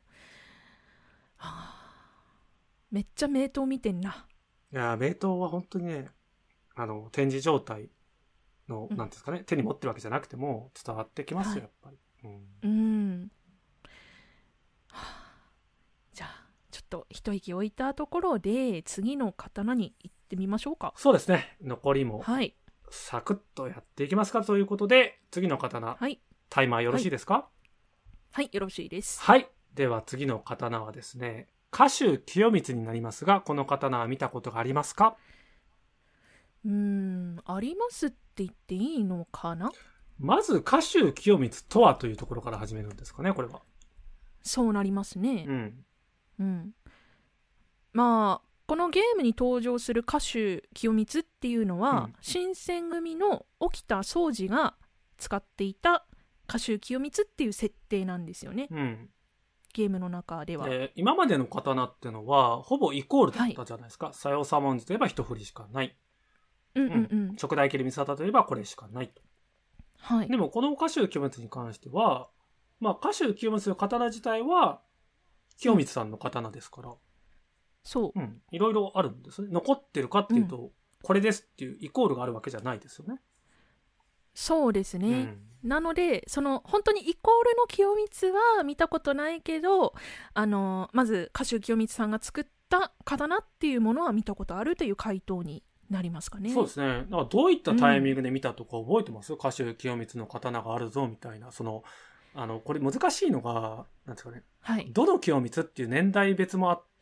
[SPEAKER 1] めっちゃ名刀見てんな。
[SPEAKER 2] いや、名刀は本当にね、展示状態の、なんですかね、手に持ってるわけじゃなくても伝わってきますよ、やっぱり。
[SPEAKER 1] じゃあ、ちょっと一息置いたところで、次の刀に行ってみましょうか。
[SPEAKER 2] そうですね。残りも、サクッとやっていきますかということで、次の刀、タイマーよろしいですか？
[SPEAKER 1] はい、よろしいです。
[SPEAKER 2] はい。では次の刀はですね、家州清光になりますが、この刀は見たことがありますか？
[SPEAKER 1] ありますって言っていいのかな？
[SPEAKER 2] まず家州清光とはというところから始めるんですかね、これは。
[SPEAKER 1] そうなりますね。まあこのゲームに登場する家州清光っていうのは、新選組の沖田総司が使っていた家州清光っていう設定なんですよね。ゲームの中では、
[SPEAKER 2] 今までの刀ってのはほぼイコールだったじゃないですか。左様左文字といえば一振りしかない。直大切光沙汰といえばこれしかないと。でもこの家州清光に関しては、家州清光の刀自体は清光さんの刀ですから、いろいろあるんですね。残ってるかっていうと、これですっていうイコールがあるわけじゃないですよね。
[SPEAKER 1] そうですね。なので本当にイコールの清光は見たことないけど、まず家州清光さんが作った刀っていうものは見たことあるという回答になりますかね。
[SPEAKER 2] そうですね。だからどういったタイミングで見たとか覚えてます？家州清光の刀があるぞみたいな。これ難しいのがなんですかね、どの清光っていう年代別もあって、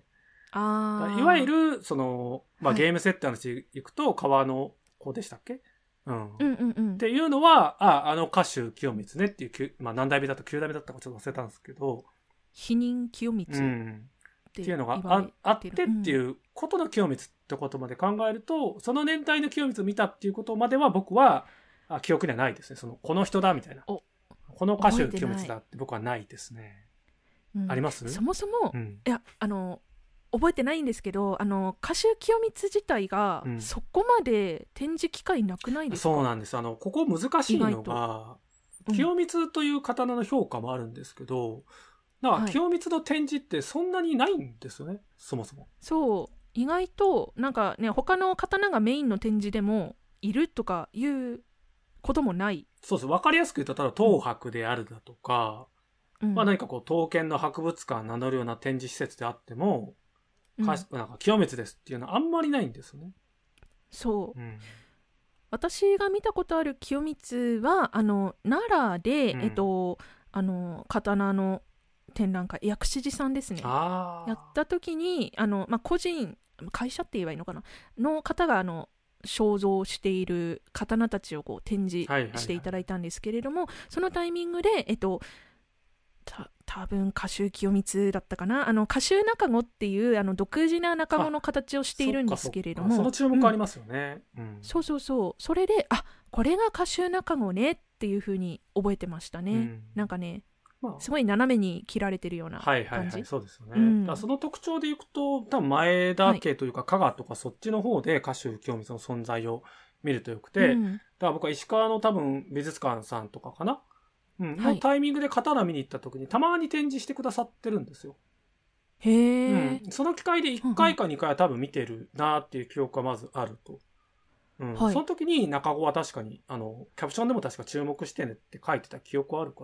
[SPEAKER 2] いわゆるゲーム設定の話でいくと川の子でしたっけ？っていうのは家州清光ねっていう、何代目だった9代目だったかちょっと忘れたんですけど、
[SPEAKER 1] 否認清光
[SPEAKER 2] っていうのがあってっていうことの清光ってことまで考えると、その年代の清光を見たっていうことまでは僕は記憶にはないですね。この人だみたいな、この家州清光だって僕はないですね。あります？
[SPEAKER 1] そもそも、いや覚えてないんですけど、家州清光自体がそこまで展示機会なくないですか？
[SPEAKER 2] そうなんです。ここ難しいのが、清光という刀の評価もあるんですけど、清光の展示ってそんなにないんですよね、そもそも。
[SPEAKER 1] そう、意外となんかね、他の刀がメインの展示でもいるとかいうこともない。
[SPEAKER 2] そうです。分かりやすく言うと、ただ東博であるだとか、何か刀剣の博物館名乗るような展示施設であっても、なんか清光ですっていうのはあんまりないんですよね。
[SPEAKER 1] そう、私が見たことある清光は奈良で、刀の展覧会、薬師寺さんですね、やった時に個人会社って言えばいいのかなの方が肖像している刀たちを展示していただいたんですけれども、そのタイミングで多分家州清光だったかな、家州中子っていう独自な中子の形をしているんですけれども、
[SPEAKER 2] その注目ありますよね。
[SPEAKER 1] そうそうそう、それでこれが家州中子ねっていう風に覚えてましたね。なんかね、すごい斜めに切られてるような感じ。
[SPEAKER 2] そうですよね。だその特徴でいくと、多分前田家というか加賀とかそっちの方で家州清光の存在を見るとよくて、だから僕は石川の多分美術館さんとかかな、のタイミングで刀見に行った時にたまに展示してくださってるんですよ。
[SPEAKER 1] へえ。
[SPEAKER 2] その機会で1回か2回は多分見てるなっていう記憶がまずあると。その時に中子は確かにキャプションでも確か注目してねって書いてた記憶はあるから、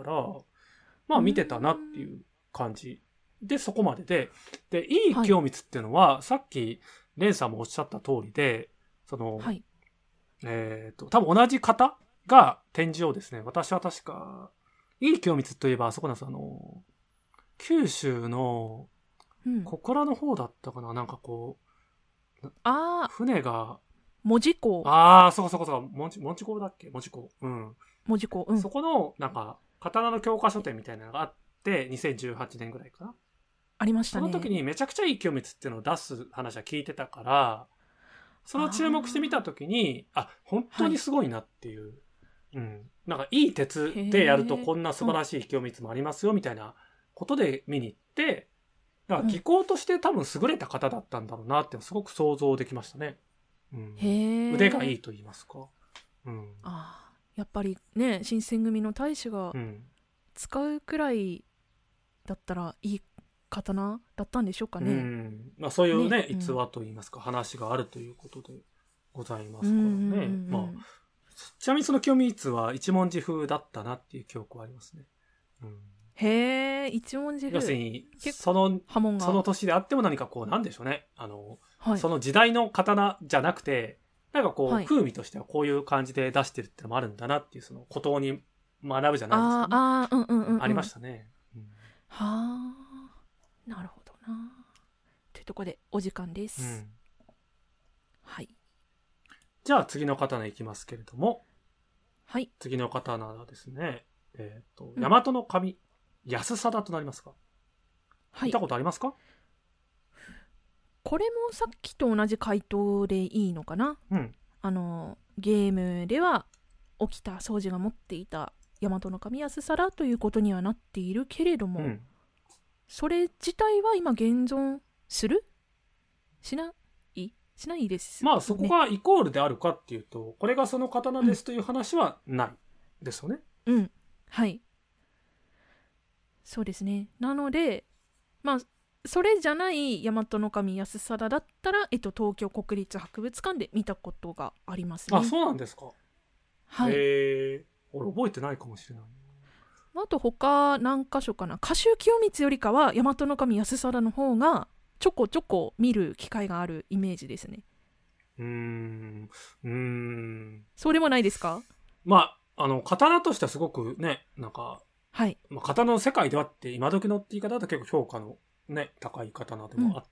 [SPEAKER 2] 見てたなっていう感じで、そこまでで、いい清光っていうのは、さっきレンさんもおっしゃった通りで、多分同じ方が展示をですね、私は確かいい清光といえばあそこなんです。九州の小倉の方だったかな、なんかこう、船が
[SPEAKER 1] 門司港。
[SPEAKER 2] そう門司港だっけ、門司港。
[SPEAKER 1] 門司港。
[SPEAKER 2] そこのなんか刀の教科書店みたいなのがあって、2018年ぐらいかな。
[SPEAKER 1] ありましたね。
[SPEAKER 2] その時にめちゃくちゃいい清光っていうのを出す話は聞いてたから、その注目してみた時に、本当にすごいなっていう。なんかいい鉄でやるとこんな素晴らしい清光もありますよみたいなことで見に行って、だから技巧として多分優れた方だったんだろうなってすごく想像できましたね。腕がいいと言いますか。
[SPEAKER 1] やっぱりね、新選組の大使が使うくらいだったらいい刀だったんでしょうかね。
[SPEAKER 2] そういうね、逸話と言いますか、話があるということでございますからね。ちなみにその清光は一文字風だったなっていう記憶はありますね。
[SPEAKER 1] 一文字風。
[SPEAKER 2] 要するにその年であっても何かこうなんでしょうね。その時代の刀じゃなくて、なんかこう、風味としてはこういう感じで出してるってのもあるんだなっていう、その古刀に学ぶじゃないですか、ね。ありましたね。
[SPEAKER 1] なるほどな。というところでお時間です。はい。
[SPEAKER 2] じゃあ次の刀いきますけれども。
[SPEAKER 1] はい。
[SPEAKER 2] 次の刀はですね、大和の神安貞となりますか。見たことありますか？
[SPEAKER 1] これもさっきと同じ回答でいいのかな。ゲームでは沖田総司が持っていた大和の神安貞ということにはなっているけれども、それ自体は今現存する？しないです、
[SPEAKER 2] ね。そこがイコールであるかっていうと、これがその刀ですという話はないですよね。
[SPEAKER 1] はい。そうですね。なので、それじゃない大和の神安貞だったら、東京国立博物館で見たことがありますね。
[SPEAKER 2] そうなんですか。
[SPEAKER 1] はい。
[SPEAKER 2] 俺覚えてないかもしれない。
[SPEAKER 1] あと他何箇所かな。賀集清光よりかは大和の神安貞の方がちょこちょこ見る機会があるイメージですね。そうでもないですか？
[SPEAKER 2] 刀としてはすごくね、なんか、刀の世界ではって今時のって言い方だと結構評価のね、高い刀でもあって、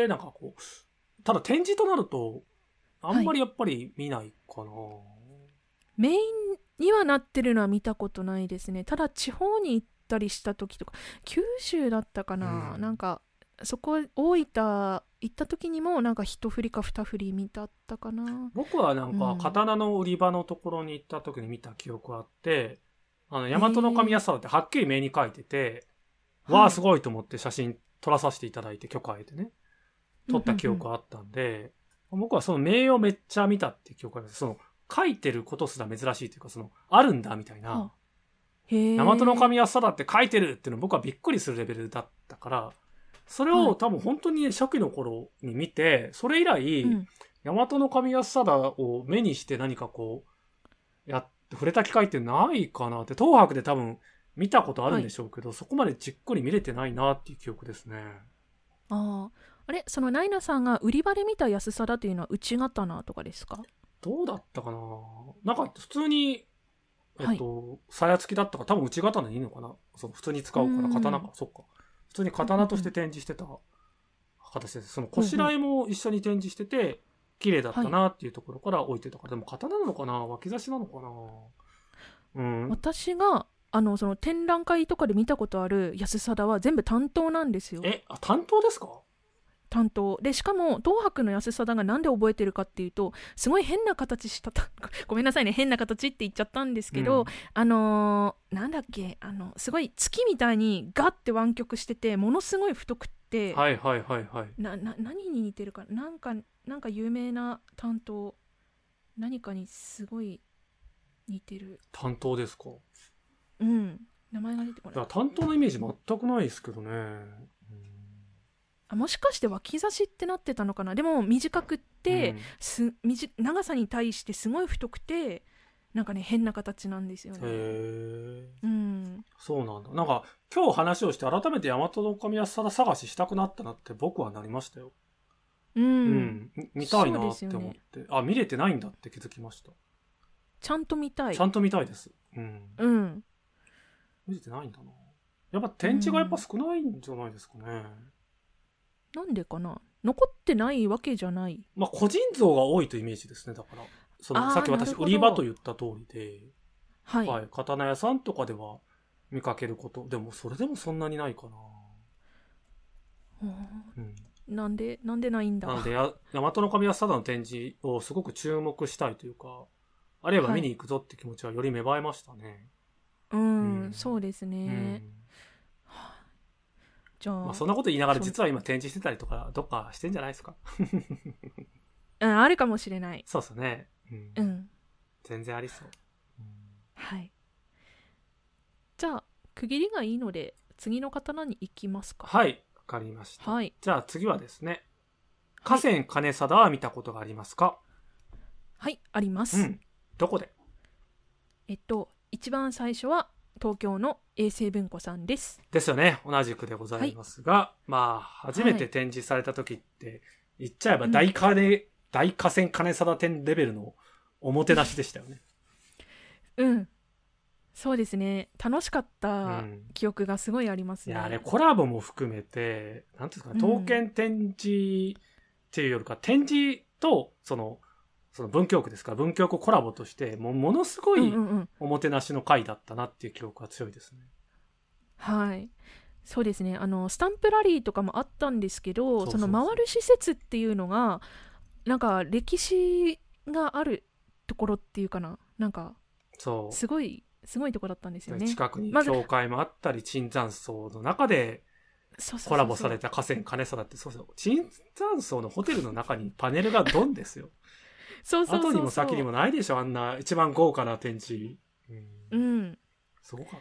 [SPEAKER 2] なんかこう、ただ展示となると、あんまりやっぱり見ないかな。
[SPEAKER 1] メインにはなってるのは見たことないですね。ただ地方に行ったりした時とか、九州だったかな、なんかそこ大分行った時にもなんか一振りか二振り見たったかな。
[SPEAKER 2] 僕はなんか刀の売り場のところに行った時に見た記憶があって、大和の神安貞ってはっきり目に書いてて、わあすごいと思って写真撮らさせていただいて許可を得てね、撮った記憶があったんで、僕はその名をめっちゃ見たっていう記憶があるんです。その書いてることすら珍しいというか、そのあるんだみたいな、大和の神安貞って書いてるっていうの僕はびっくりするレベルだったから、それを多分本当に初期の頃に見て、それ以来、大和の神安貞を目にして何かこう触れた機会ってないかなって、東博で多分見たことあるんでしょうけど、そこまでじっくり見れてないなっていう記憶ですね。
[SPEAKER 1] あれ、そのナイナさんが売り場で見た安貞というのは内刀とかですか？
[SPEAKER 2] どうだったかな。なんか普通に鞘付きだったか、多分内刀でいいのかな。その普通に使うから刀か、そっか。普通に刀として展示してた形です。そのこしらえも一緒に展示してて、綺麗だったなっていうところから置いてたから、でも刀なのかな、脇差しなのかな。
[SPEAKER 1] 私がその展覧会とかで見たことある安貞は全部担当なんですよ。
[SPEAKER 2] 担当ですか？
[SPEAKER 1] 担当で、しかも東博の安貞がなんで覚えてるかっていうと、すごい変な形したごめんなさいね、変な形って言っちゃったんですけど、なんだっけ、すごい月みたいにガッて湾曲してて、ものすごい太くて、何に似てるかな、なんか有名な担当、何かにすごい似てる
[SPEAKER 2] 担当ですか？
[SPEAKER 1] 名前が出てこない。
[SPEAKER 2] だから担当のイメージ全くないですけどね。
[SPEAKER 1] もしかして脇差しってなってたのかな。でも短くって、長さに対してすごい太くて、なんかね、変な形なんですよね。
[SPEAKER 2] そうなんだ。なんか今日話をして改めて大和の神安貞探ししたくなったなって僕はなりましたよ。見たいなって思って、見れてないんだって気づきました。
[SPEAKER 1] ちゃんと見たい。
[SPEAKER 2] ちゃんと見たいです。 見せてないんだな。やっぱ展示がやっぱ少ないんじゃないですかね。
[SPEAKER 1] なんでかな、残ってないわけじゃない。
[SPEAKER 2] まあ個人像が多いというイメージですね。だからさっき私売り場と言った通りで、
[SPEAKER 1] はい、
[SPEAKER 2] はい、刀屋さんとかでは見かけること、でもそれでもそんなにないかな。
[SPEAKER 1] なんでないんだ。
[SPEAKER 2] なので大和の神安貞の展示をすごく注目したいというか、あるいは見に行くぞって気持ちはより芽生えましたね。
[SPEAKER 1] そうですね。じゃあ、
[SPEAKER 2] まあそんなこと言いながら実は今展示してたりとかどっかしてんじゃないですか。
[SPEAKER 1] あるかもしれない。
[SPEAKER 2] そうですね。全然ありそう。
[SPEAKER 1] はい。じゃあ区切りがいいので次の刀に行きますか。
[SPEAKER 2] はい、わかりました。
[SPEAKER 1] はい。
[SPEAKER 2] じゃあ次はですね、河川金貞は見たことがありますか？
[SPEAKER 1] はい、あります。
[SPEAKER 2] どこで？
[SPEAKER 1] 一番最初は東京の永世文庫さんです。
[SPEAKER 2] ですよね。同じくでございますが、まあ初めて展示された時って言っちゃえば大河川金貞展レベルのおもてなしでしたよね。
[SPEAKER 1] そうですね。楽しかった記憶がすごいありますね。
[SPEAKER 2] いや、あれコラボも含めて、なんていうんですかね、刀剣展示っていうよりか、展示とその文京区ですから、文京区コラボとして、ものすごいおもてなしの回だったなっていう記憶が強いですね。
[SPEAKER 1] はい。そうですね。スタンプラリーとかもあったんですけど、その回る施設っていうのが、なんか歴史があるところっていうかな。なんか、すごいところだったんですよね。
[SPEAKER 2] 近くに教会もあったり、椿山荘の中でコラボされた河川金貞って、椿山荘のホテルの中にパネルがドンですよ。後にも先にもないでしょ、あんな一番豪華な展示。すごかった。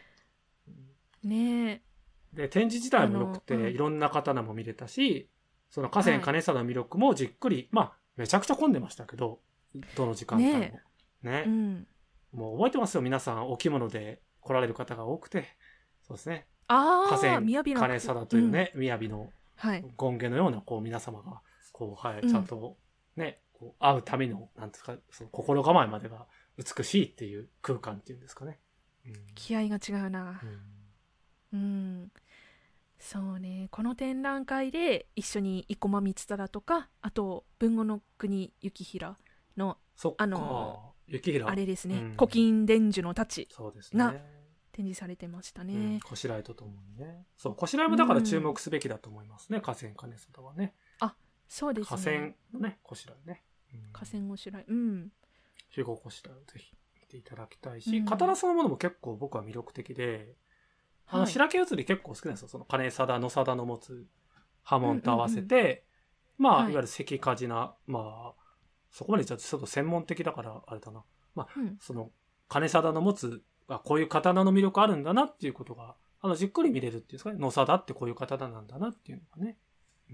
[SPEAKER 1] ね
[SPEAKER 2] え。で、展示自体も良くて、いろんな刀も見れたし、その河川金貞の魅力もじっくり、まあ、めちゃくちゃ混んでましたけど、どの時間帯も。ね。もう覚えてますよ、皆さん。お着物で来られる方が多くて。そうですね。河川金貞というね、雅の権化のような、皆様が、ちゃんとね、会うための、なんですか、その心構えまでが美しいっていう空間っていうんですかね。
[SPEAKER 1] 気合が違うな。そうね、この展覧会で一緒に生駒光忠とか、あと豊後の国行平のあれですね、古今伝授の太刀が展示されてましたね。
[SPEAKER 2] こしらえとともにね。そう、こしらえもだから注目すべきだと思いますね、河川金貞はね。
[SPEAKER 1] そうですね。
[SPEAKER 2] 河川のね、こしらえね。
[SPEAKER 1] 河川こしらえ。
[SPEAKER 2] 集合こしらえをぜひ見ていただきたいし、刀そのものも結構僕は魅力的で、白毛写り結構好きなんですよ。その金貞、野貞の持つ刃文と合わせて、まあ、いわゆる赤鍛冶な、まあ、そこまでちょっと専門的だからあれだな。まあ、その金貞の持つ、こういう刀の魅力あるんだなっていうことが、じっくり見れるっていうんですかね。野貞ってこういう刀なんだなっていうのがね。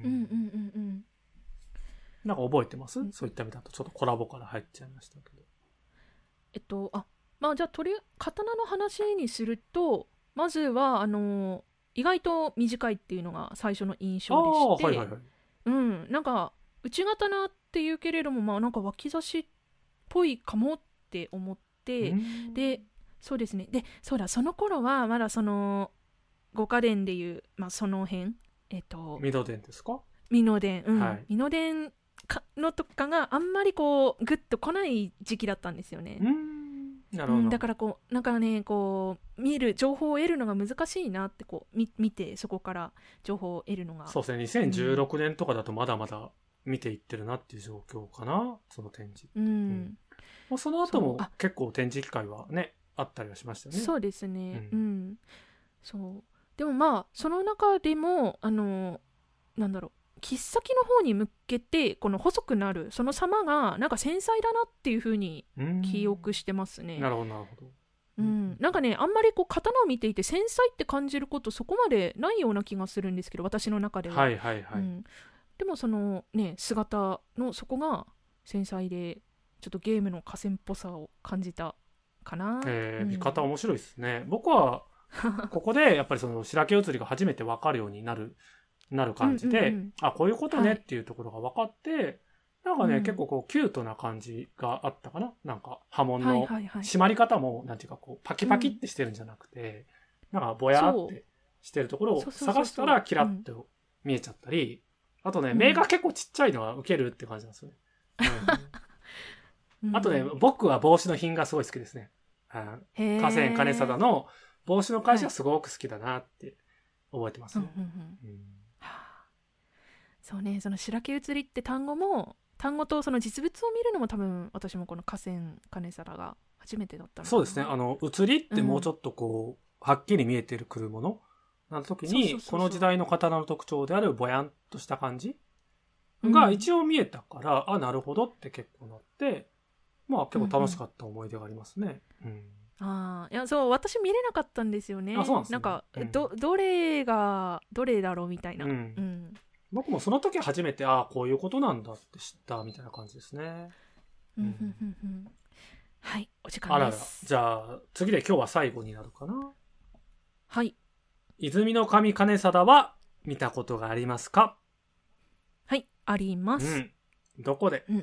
[SPEAKER 2] なんか覚えてます？そういった意味だとちょっとコラボから入っちゃいましたけ
[SPEAKER 1] ど。まあじゃあ刀の話にすると、まずは意外と短いっていうのが最初の印象でして、なんか内刀っていうけれども、まあなんか脇差しっぽいかもって思って、でそうですね、でそうだ、その頃はまだその御家伝でいう、まあその辺
[SPEAKER 2] 美濃伝ですか？
[SPEAKER 1] 美濃伝、美濃伝のとかがあんまりグッと来ない時期だったんですよね。
[SPEAKER 2] なるほど。
[SPEAKER 1] だからなんかね、見る情報を得るのが難しいなって見て、そこから情報を得るのが。
[SPEAKER 2] そうですね、2016年とかだとまだまだ見ていってるなっていう状況かな、その展示。その後も結構展示機会はね、あったりはしましたよね。
[SPEAKER 1] そうですね。そうでもまあその中でもなんだろう、切っ先の方に向けてこの細くなるその様がなんか繊細だなっていう風に記憶してますね。
[SPEAKER 2] なるほどなるほど。
[SPEAKER 1] なんかね、あんまり刀を見ていて繊細って感じることそこまでないような気がするんですけど、私の中では。でもそのね、姿のそこが繊細でちょっとゲームの河川っぽさを感じたかな。
[SPEAKER 2] 見方面白いですね。僕はここでやっぱりその白毛写りが初めて分かるようになる感じで、こういうことねっていうところが分かって、なんかね、結構キュートな感じがあったかな。なんか刃文の締まり方もなんていうかパキパキってしてるんじゃなくて、 なんかぼやーってしてるところを探したらキラッと見えちゃったり、あとね、目が結構ちっちゃいのはウケるって感じなんですよね。あとね、僕は帽子の品がすごい好きですね。河川金貞の帽子の会社がすごく好きだなって覚えてますね。
[SPEAKER 1] そうね、その白毛写りって単語とその実物を見るのも多分私もこの河川金貞が初めてだったのかな。
[SPEAKER 2] そうですね。写りってもうちょっとこう、はっきり見えてるくるものな時に、この時代の刀の特徴であるぼやんとした感じが一応見えたから、あ、なるほどって結構なって、まあ結構楽しかった思い出がありますね。
[SPEAKER 1] いや、そう、私見れなかったんですよね。
[SPEAKER 2] あ、そうなんですね。
[SPEAKER 1] なんか、どれだろうみたいな。
[SPEAKER 2] 僕もその時初めて、ああ、こういうことなんだって知ったみたいな感じですね。
[SPEAKER 1] はい、お時間です。
[SPEAKER 2] じゃあ、次で今日は最後になるかな。
[SPEAKER 1] はい。
[SPEAKER 2] 泉の神金貞は見たことがありますか？
[SPEAKER 1] はい、あります。
[SPEAKER 2] どこで？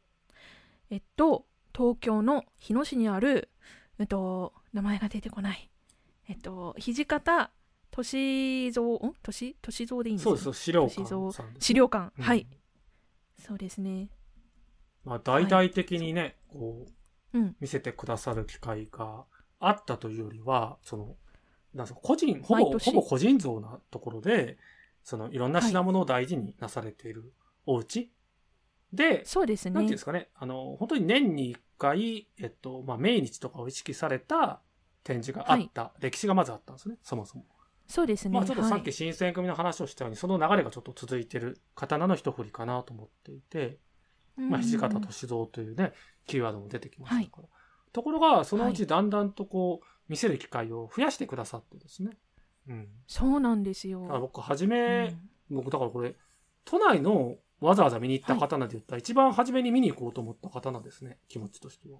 [SPEAKER 1] 東京の日野市にある、名前が出てこない。土方歳三でいいんですか？
[SPEAKER 2] そうです、資料館さんです。
[SPEAKER 1] 資料館、はい。そうですね。
[SPEAKER 2] まあ、大々的にね、こう、見せてくださる機会があったというよりは、その、なんかほぼ個人像なところで、そのいろんな品物を大事になされているお家で、
[SPEAKER 1] そうですね。
[SPEAKER 2] なんていうんですかね、本当に年に1回、まあ、命日とかを意識された展示があった、歴史がまずあったんですね、そもそも。
[SPEAKER 1] そうですね。
[SPEAKER 2] まあちょっとさっき新選組の話をしたように、その流れがちょっと続いてる刀の一振りかなと思っていて、まあ土方歳三というね、キーワードも出てきましたから。ところが、そのうちだんだんとこう、見せる機会を増やしてくださってですね。
[SPEAKER 1] そうなんですよ。
[SPEAKER 2] 僕だからこれ、都内のわざわざ見に行った刀で言ったら、一番初めに見に行こうと思った刀ですね、気持ちとしては。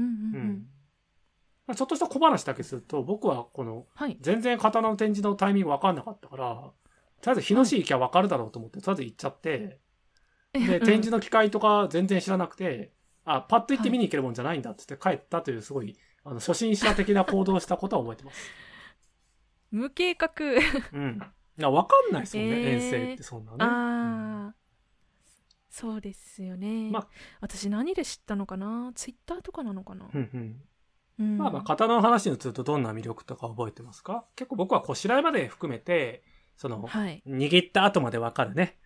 [SPEAKER 2] ちょっとした小話だけすると、僕はこの、全然刀の展示のタイミング分かんなかったから、とりあえず日野市行きゃ分かるだろうと思って、とりあえず行っちゃって、で、展示の機会とか全然知らなくて、パッと行って見に行けるもんじゃないんだって言って帰ったという、すごい、初心者的な行動をしたことは覚えてます。
[SPEAKER 1] 無計画。
[SPEAKER 2] 分かんないですもんね、遠征ってそんなね。
[SPEAKER 1] そうですよね。私何で知ったのかな？ツイッターとかなのかな？
[SPEAKER 2] まあ刀の話にするとどんな魅力とか覚えてますか？結構僕はこしらえまで含めて、その、握った後までわかるね。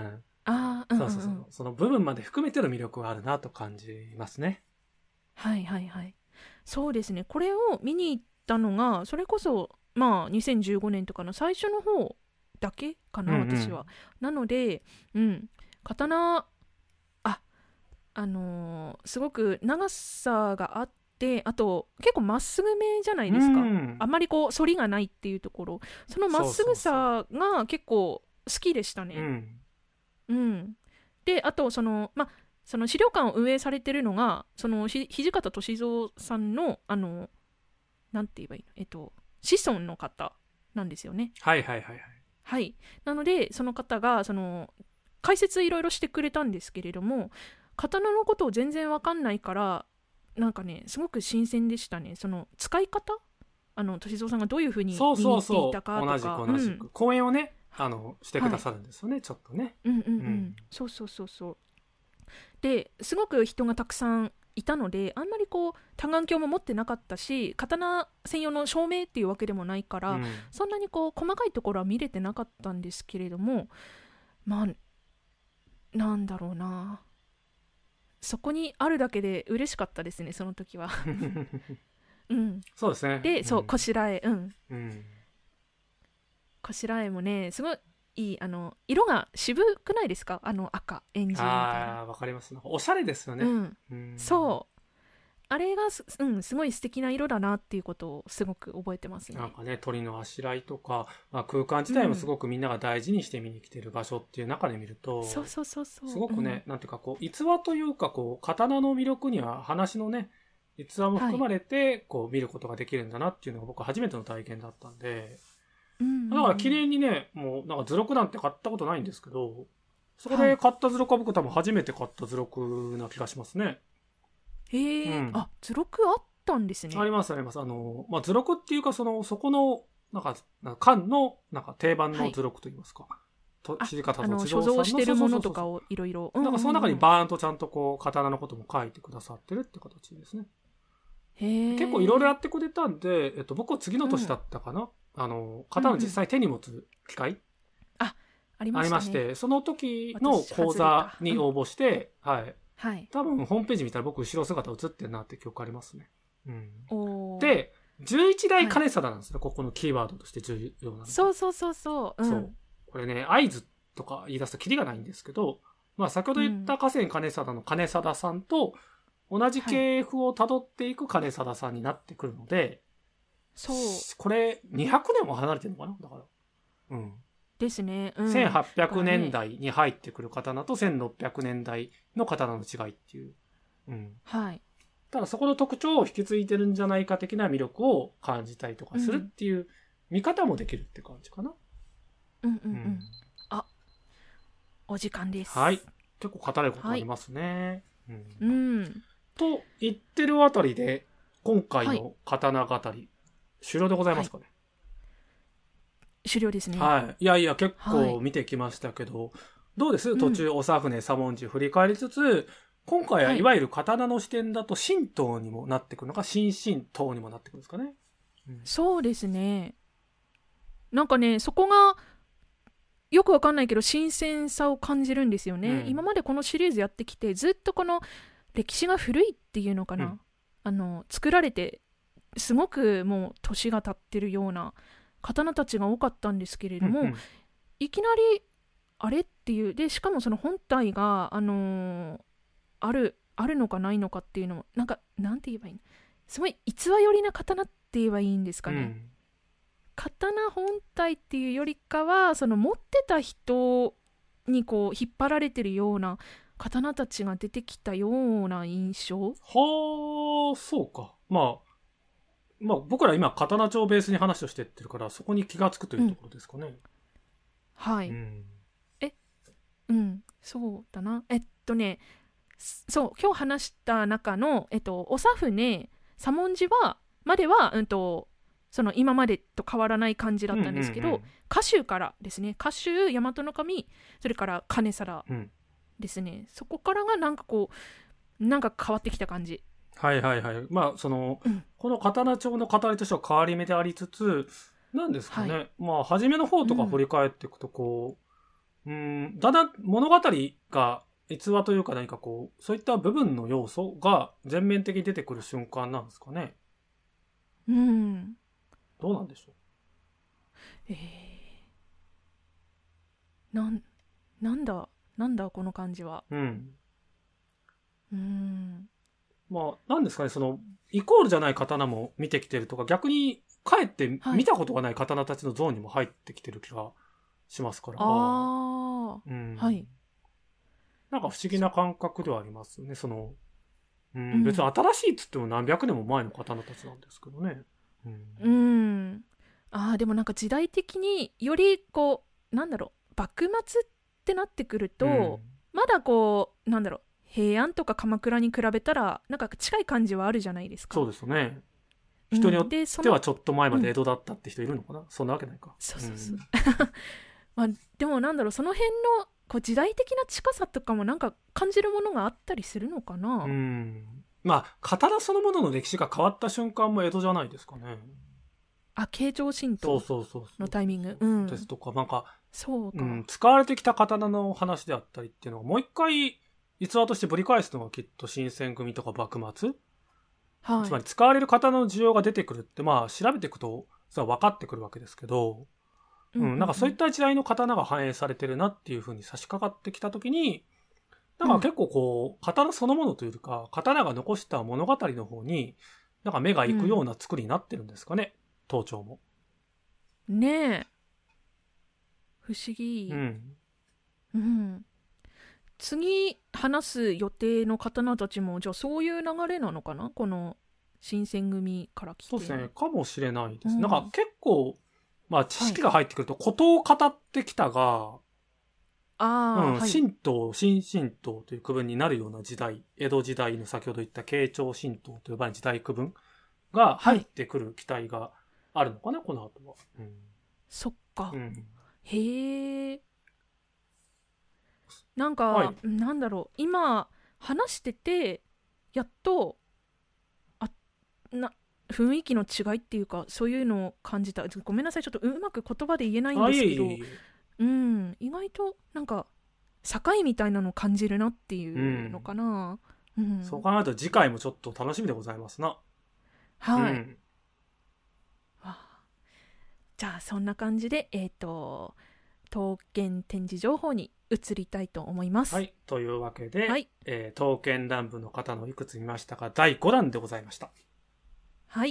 [SPEAKER 2] その部分まで含めての魅力があるなと感じますね。
[SPEAKER 1] そうですね。これを見に行ったのが、それこそ、まあ、2015年とかの最初の方だけかな、私は。なので、刀、すごく長さがあって、あと結構まっすぐめじゃないですか。あんまりこう反りがないっていうところ、そのまっすぐさが結構好きでしたね。で、あとその資料館を運営されてるのが、その土方歳三さんのなんて言えばいいの、子孫の方なんですよね。なのでその方がその解説いろいろしてくれたんですけれども、刀のことを全然わかんないから、なんかね、すごく新鮮でしたね。その使い方、歳三さんがどういうふうに見に行っていたかとか、
[SPEAKER 2] 同じく講演をね、してくださるんですよね、ちょっとね。
[SPEAKER 1] そうですごく人がたくさんいたので、あんまりこう多眼鏡も持ってなかったし、刀専用の照明っていうわけでもないから、そんなにこう細かいところは見れてなかったんですけれども、まあなんだろうな、そこにあるだけで嬉しかったですね、その時は。
[SPEAKER 2] そうですね。
[SPEAKER 1] で、こしらえ、こしらえもね、すごいいい、色が渋くないですか？赤、エンジンみたいな。
[SPEAKER 2] わかります。おしゃれですよね。
[SPEAKER 1] そう。あれがすごい素敵な色だなっていうことをすごく覚えてますね。
[SPEAKER 2] なんかね、鳥のあしらいとか、空間自体もすごくみんなが大事にして見に来てる場所っていう中で見ると、すごくね、なんていうかこう、逸話というかこう、刀の魅力には話のね、逸話も含まれて、こう見ることができるんだなっていうのが僕は初めての体験だったんで、だから綺麗にね、もうなんか図録なんて買ったことないんですけど、そこで買った図録は僕多分初めて買った図録な気がしますね。
[SPEAKER 1] 図録あったんですね。
[SPEAKER 2] あります。図録っていうかそこのなんか、漢の、なんか定番の図録といいますか。土方歳
[SPEAKER 1] 所蔵してるものとかをいろいろ。
[SPEAKER 2] なんかその中にバーンとちゃんとこう、刀のことも書いてくださってるって形ですね。結構いろいろやってくれたんで、僕は次の年だったかな。刀を実際手に持つ機会、
[SPEAKER 1] ありま
[SPEAKER 2] して、その時の講座に応募して、はい。多分ホームページ見たら僕後ろ姿映ってるなって記憶ありますね。で、11代金貞なんですね、ここのキーワードとして重要なの。
[SPEAKER 1] そう。
[SPEAKER 2] そう。これね、合図とか言い出すとキリがないんですけど、まあ先ほど言った河川金貞の金貞さんと同じ系譜を辿っていく金貞さんになってくるので、これ200年も離れてるのかなだから。
[SPEAKER 1] ですね。
[SPEAKER 2] 1800年代に入ってくる刀と1600年代の刀の違いっていう。ただそこの特徴を引き継いでるんじゃないか的な魅力を感じたりとかするっていう見方もできるって感じかな。
[SPEAKER 1] あ、お時間です。
[SPEAKER 2] はい。結構語れることありますね。と言ってるあたりで、今回の刀語り、終了でございますかね。
[SPEAKER 1] 終了ですね。
[SPEAKER 2] いやいや、結構見てきましたけど、どうです途中、長船、左文字振り返りつつ、今回はいわゆる刀の視点だと神道にもなってくるのか、新神道にもなってくるんですかね。
[SPEAKER 1] そうですね。なんかね、そこがよくわかんないけど新鮮さを感じるんですよね。今までこのシリーズやってきてずっとこの歴史が古いっていうのかな、作られてすごくもう年が経ってるような刀たちが多かったんですけれども、いきなりあれっていうで、しかもその本体があるのかないのかっていうのもなんて言えばいいの、すごい逸話寄りな刀って言えばいいんですかね。刀本体っていうよりかはその持ってた人にこう引っ張られてるような刀たちが出てきたような印象。
[SPEAKER 2] はあ、そうか。まあ僕ら今刀帳ベースに話をしてってるからそこに気がつくというところですかね。そうだな。そう今日話した中の長船左文字まではその今までと変わらない感じだったんですけど、家州からですね、家州大和守、それから金貞ですね、そこからがなんかこうなんか変わってきた感じ。まあその、この刀帳の語りとしては変わり目でありつつ、なんですかね、まあ初めの方とか振り返っていくとこう、だんだん物語が逸話というか何かこうそういった部分の要素が全面的に出てくる瞬間なんですかね。どうなんでしょ
[SPEAKER 1] う。なんだこの感じは。
[SPEAKER 2] まあなんですかね、そのイコールじゃない刀も見てきてるとか、逆にかえって見たことがない刀たちのゾーンにも入ってきてる気がしますから。なんか不思議な感覚ではありますね。その、別に新しいっつっても何百年も前の刀たちなんですけどね。
[SPEAKER 1] でもなんか時代的によりこう幕末ってなってくると、まだこう平安とか鎌倉に比べたらなんか近い感じはあるじゃないですか。
[SPEAKER 2] そうですね。人によってはちょっと前まで江戸だったって人いるのかな、そんなわけないか。
[SPEAKER 1] でもその辺のこう時代的な近さとかもなんか感じるものがあったりするのかな。
[SPEAKER 2] まあ刀そのものの歴史が変わった瞬間も江戸じゃないですかね。
[SPEAKER 1] 慶長神道のタイミング
[SPEAKER 2] ですとか、なんか
[SPEAKER 1] そうか、
[SPEAKER 2] 使われてきた刀の話であったりっていうのをもう一回逸話としてぶり返すのがきっと新選組とか幕末、つまり使われる刀の需要が出てくるってまあ調べていくとそれは分かってくるわけですけど、なんかそういった時代の刀が反映されてるなっていう風に差し掛かってきた時に、なんか結構こう刀そのものというか刀が残した物語の方になんか目が行くような作りになってるんですかね、刀帳も。
[SPEAKER 1] ねえ、不思議。次話す予定の刀たちもじゃあそういう流れなのかな、この新選組から来て。
[SPEAKER 2] そうですね、かもしれないです。なんか結構まあ知識が入ってくると古刀を語ってきたが、神道新神道という区分になるような時代、江戸時代の先ほど言った慶長神道と呼ばれる時代区分が入ってくる期待があるのかなこの後は。
[SPEAKER 1] そっか、へえ。なんか、
[SPEAKER 2] はい、
[SPEAKER 1] なんだろう、今話しててやっと雰囲気の違いっていうか、そういうのを感じた。ごめんなさい、ちょっとうまく言葉で言えないんですけど、意外となんか境みたいなのを感じるなっていうのかな。
[SPEAKER 2] そう考えると次回もちょっと楽しみでございますな。
[SPEAKER 1] はい、じゃあそんな感じで刀剣展示情報に移りたいと思います。
[SPEAKER 2] はい、というわけで、刀剣乱舞の方のいくつ見ましたか、第5弾でございました。
[SPEAKER 1] はい。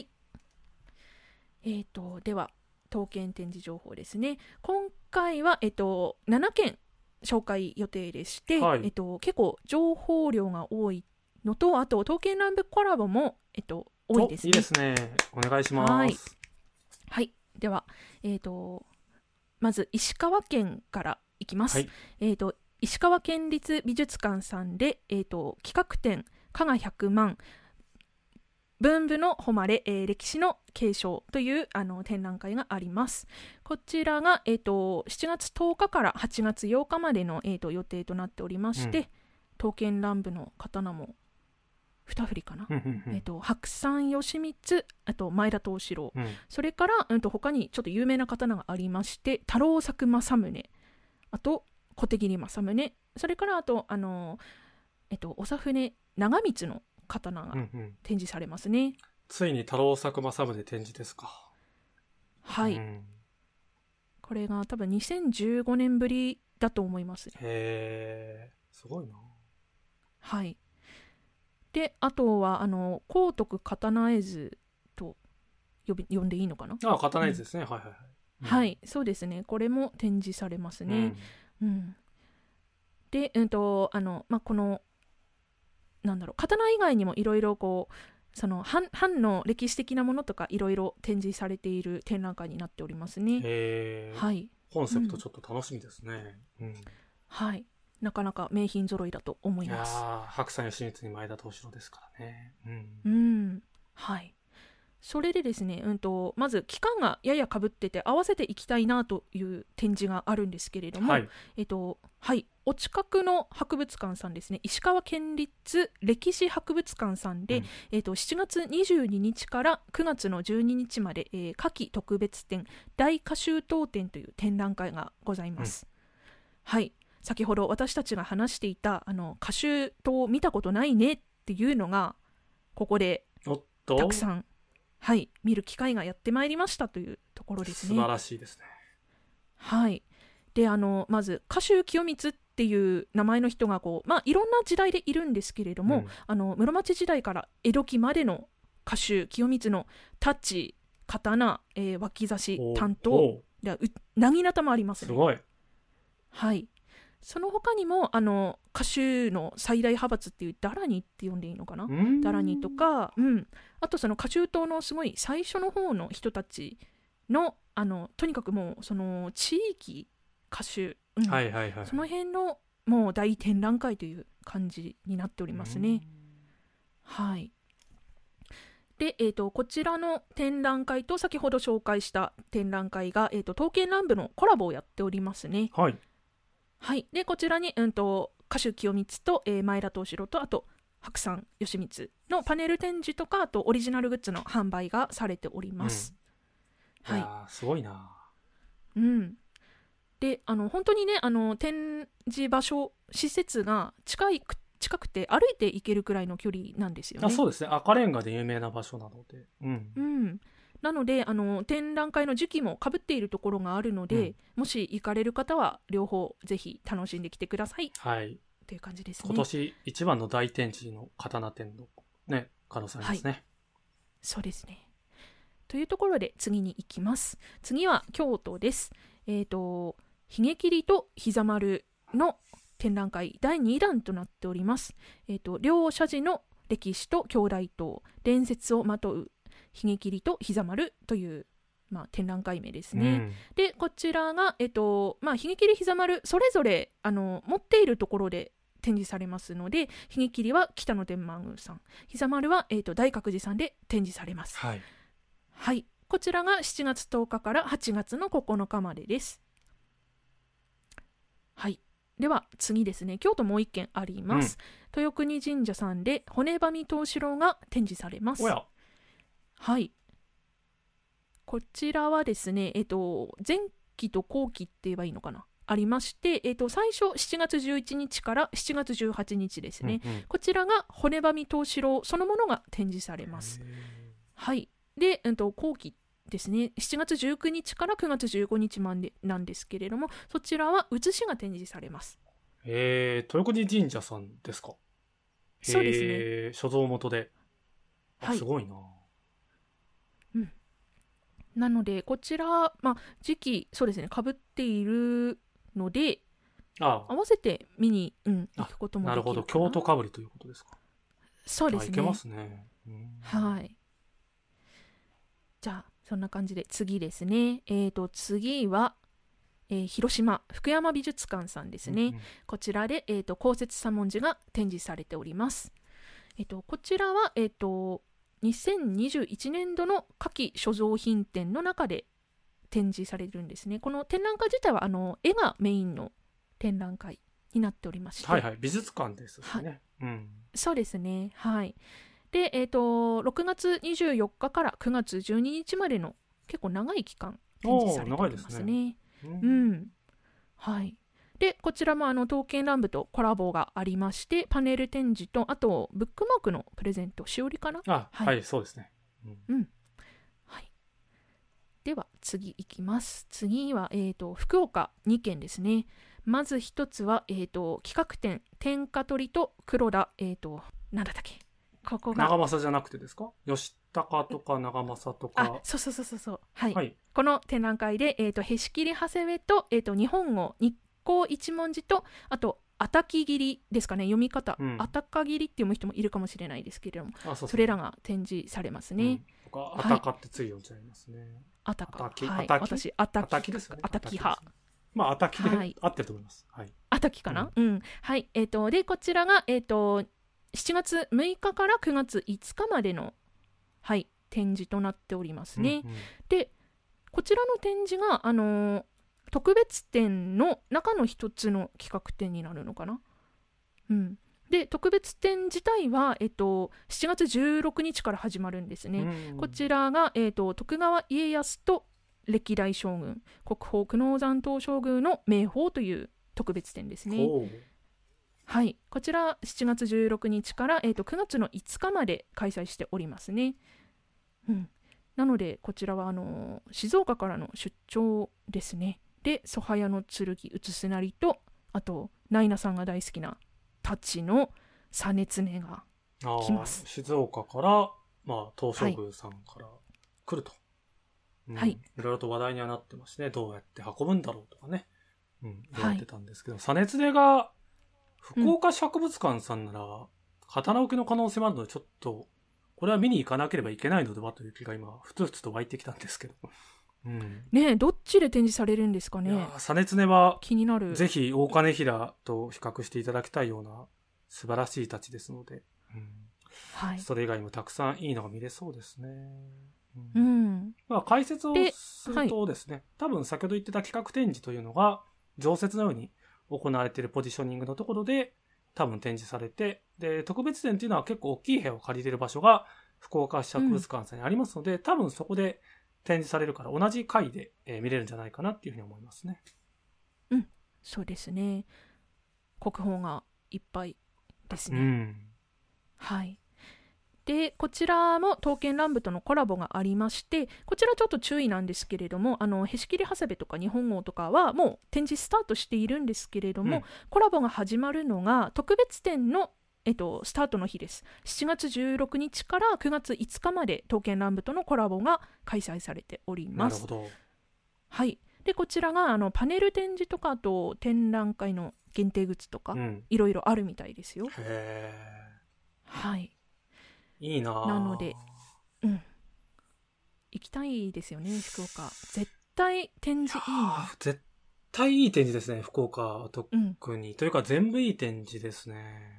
[SPEAKER 1] では刀剣展示情報ですね。今回は7件紹介予定でして、結構情報量が多いのと、あと刀剣乱舞コラボも多いですね。
[SPEAKER 2] いいですね。お願いします。
[SPEAKER 1] はい。ではまず石川県からいきます。石川県立美術館さんで企画展加賀百万文武の誉れ、歴史の継承という展覧会があります。こちらが、7月10日から8月8日までの、予定となっておりまして、刀剣乱舞の刀も2振りかな、白山義満、あと前田藤四郎、それから、他にちょっと有名な刀がありまして、太郎作政宗、あと小手切政宗、それからあと長船長光の刀が展示されますね。
[SPEAKER 2] ついに太郎作政宗展示ですか。
[SPEAKER 1] はい、これが多分2015年ぶりだと思います。
[SPEAKER 2] へー、すごいな。
[SPEAKER 1] はい。で、あとは光徳刀絵図と呼んでいいのかな。
[SPEAKER 2] 刀絵図ですね。
[SPEAKER 1] はい、そうですね。これも展示されますね。で、このなんだろう、刀以外にもいろいろその藩の歴史的なものとかいろいろ展示されている展覧会になっておりますね。はい。
[SPEAKER 2] コンセプトちょっと楽しみですね。
[SPEAKER 1] はい。なかなか名品揃いだと思います。
[SPEAKER 3] 白山義満に前田藤四郎ですからね。
[SPEAKER 1] はい。それでですね、まず期間がややかぶってて合わせていきたいなという展示があるんですけれども、お近くの博物館さんですね、石川県立歴史博物館さんで、7月22日から9月の12日まで、夏季特別展大夏秋刀展という展覧会がございます。はい。先ほど私たちが話していた夏秋刀見たことないねっていうのがここでたくさん見る機会がやってまいりましたというところですね。
[SPEAKER 2] 素晴らしいですね。
[SPEAKER 1] はい。で、まず夏秋清光っていう名前の人がいろんな時代でいるんですけれども、室町時代から江戸期までの夏秋清光の太刀、刀、脇差し、短刀、なぎなたもありますね。
[SPEAKER 2] すごい。
[SPEAKER 1] はい。その他にも夏秋の最大派閥っていうダラニって呼んでいいのかな、ダラニとか、あとその夏秋刀のすごい最初の方の人たちのとにかくもうその地域夏秋、その辺のもう大展覧会という感じになっておりますね。はい。で、こちらの展覧会と先ほど紹介した展覧会が、刀剣乱舞のコラボをやっておりますね。はい。で、こちらに、夏秋清光と、前田藤四郎と、あと、白山義満のパネル展示とか、あと、オリジナルグッズの販売がされております。
[SPEAKER 2] いやすごいな。
[SPEAKER 1] で、本当にね、展示場所、施設が近くて歩いて行けるくらいの距離なんですよね。
[SPEAKER 2] そうですね。赤レンガで有名な場所なので。
[SPEAKER 1] なので展覧会の時期もかぶっているところがあるので、もし行かれる方は両方ぜひ楽しんできてください、という感じですね。
[SPEAKER 2] 今年一番の大展示の刀展のね、可能性ありますね。
[SPEAKER 1] そうですね。というところで次に行きます。次は京都です。髭切と膝丸の展覧会第2弾となっております。両社寺の歴史と兄弟刀、伝説をまとう髭切と膝丸という、展覧会名ですね。で、こちらが、髭切膝丸それぞれ持っているところで展示されますので、髭切は北野天満宮さん、膝丸は、大覚寺さんで展示されます。はい。 こちらが7月10日から8月の9日までです。はい。では次ですね、京都もう一件あります。豊国神社さんで骨喰藤四郎が展示されます。はい。こちらはですね、前期と後期って言えばいいのかな、ありまして、最初7月11日から7月18日ですね、こちらが骨喰藤四郎そのものが展示されます。はい。で、後期ですね、7月19日から9月15日までなんですけれども、そちらは写しが展示されます。
[SPEAKER 2] 豊国神社さんですか？
[SPEAKER 1] そうです
[SPEAKER 2] ね。所蔵元で。はい、すごいな。
[SPEAKER 1] なのでこちら、時期そうですね被っているので、合わせて見に、行くこともできるかな。
[SPEAKER 2] なるほど、京都かぶりということですか？
[SPEAKER 1] そうですね。
[SPEAKER 2] いけますね。
[SPEAKER 1] はい。じゃあそんな感じで次ですね。次は、広島福山美術館さんですね。こちらで、公設左文字が展示されております。こちらは2021年度の夏季所蔵品展の中で展示されるんですね。この展覧会自体は絵がメインの展覧会になっておりまして、
[SPEAKER 2] はいはい、美術館ですね。
[SPEAKER 1] そうですね。はい。で、6月24日から9月12日までの結構長い期間展示されておりますね。はい。でこちらも刀剣乱舞とコラボがありまして、パネル展示とあとブックマークのプレゼント、しおりかな。
[SPEAKER 2] はい、そうですね。
[SPEAKER 1] はい。では次いきます。次は、福岡2件ですね。まず一つは、企画展天下取りと黒田、なんだったっけ、ここが
[SPEAKER 2] 長政じゃなくてですか？吉高とか長政とか。
[SPEAKER 1] そう、はい、この展覧会で、へし切り長谷部と、日本語日光一文字と、あとあたき切りですかね、読み方、あたか切りって読む人もいるかもしれないですけれども、それらが展示されますね。
[SPEAKER 2] あたかってつい読んじゃいますね。
[SPEAKER 1] あたか、
[SPEAKER 2] はい、
[SPEAKER 1] 私あたき
[SPEAKER 2] ですよね。
[SPEAKER 1] あたき派。
[SPEAKER 2] あたきで合ってると思います。はい。
[SPEAKER 1] あたきかな。はい。でこちらが7月6日から9月5日までの、はい、展示となっておりますね。でこちらの展示が特別展の中の一つの企画展になるのかな。で特別展自体は、7月16日から始まるんですね。こちらが、徳川家康と歴代将軍、国宝久能山東照宮の名宝という特別展ですね。はい、こちら7月16日から、9月の5日まで開催しておりますね。なのでこちらは静岡からの出張ですね。で曽我屋の剣うつすなりと、あとナイナさんが大好きな太刀の実常が来ます。
[SPEAKER 2] 静岡から、東照宮さんから来ると、はい、いろいろと話題にはなってますね。どうやって運ぶんだろうとかね、言われてたんですけど、実常が福岡市博物館さんなら刀置きの可能性もあるので、ちょっとこれは見に行かなければいけないのではという気が今ふつふつと湧いてきたんですけど、
[SPEAKER 1] ねえ、どっちで展示されるんですかね。
[SPEAKER 2] 実常は
[SPEAKER 1] 気になる。
[SPEAKER 2] ぜひ大金平と比較していただきたいような素晴らしい太刀ですので、
[SPEAKER 1] はい、
[SPEAKER 2] それ以外もたくさんいいのが見れそうですね。解説をするとですね、多分先ほど言ってた企画展示というのが常設のように行われているポジショニングのところで多分展示されて、で特別展というのは結構大きい部屋を借りれる場所が福岡市博物館さんにありますので、多分そこで展示されるから同じ回で、見れるんじゃないかなっていうふうに思いますね。
[SPEAKER 1] そうですね。国宝がいっぱいですね。はい。でこちらも刀剣乱舞とのコラボがありまして、こちらちょっと注意なんですけれども、へし切り長谷部とか日本語とかはもう展示スタートしているんですけれども、コラボが始まるのが特別展のスタートの日です。7月16日から9月5日まで刀剣乱舞とのコラボが開催されております。
[SPEAKER 2] なるほど。
[SPEAKER 1] はい。でこちらがパネル展示とか、あと展覧会の限定グッズとか、いろいろあるみたいですよ。はい。
[SPEAKER 2] いいな。
[SPEAKER 1] なので、行きたいですよね、福岡。絶対展示いいな。
[SPEAKER 2] 絶対いい展示ですね、福岡特に、というか全部いい展示ですね。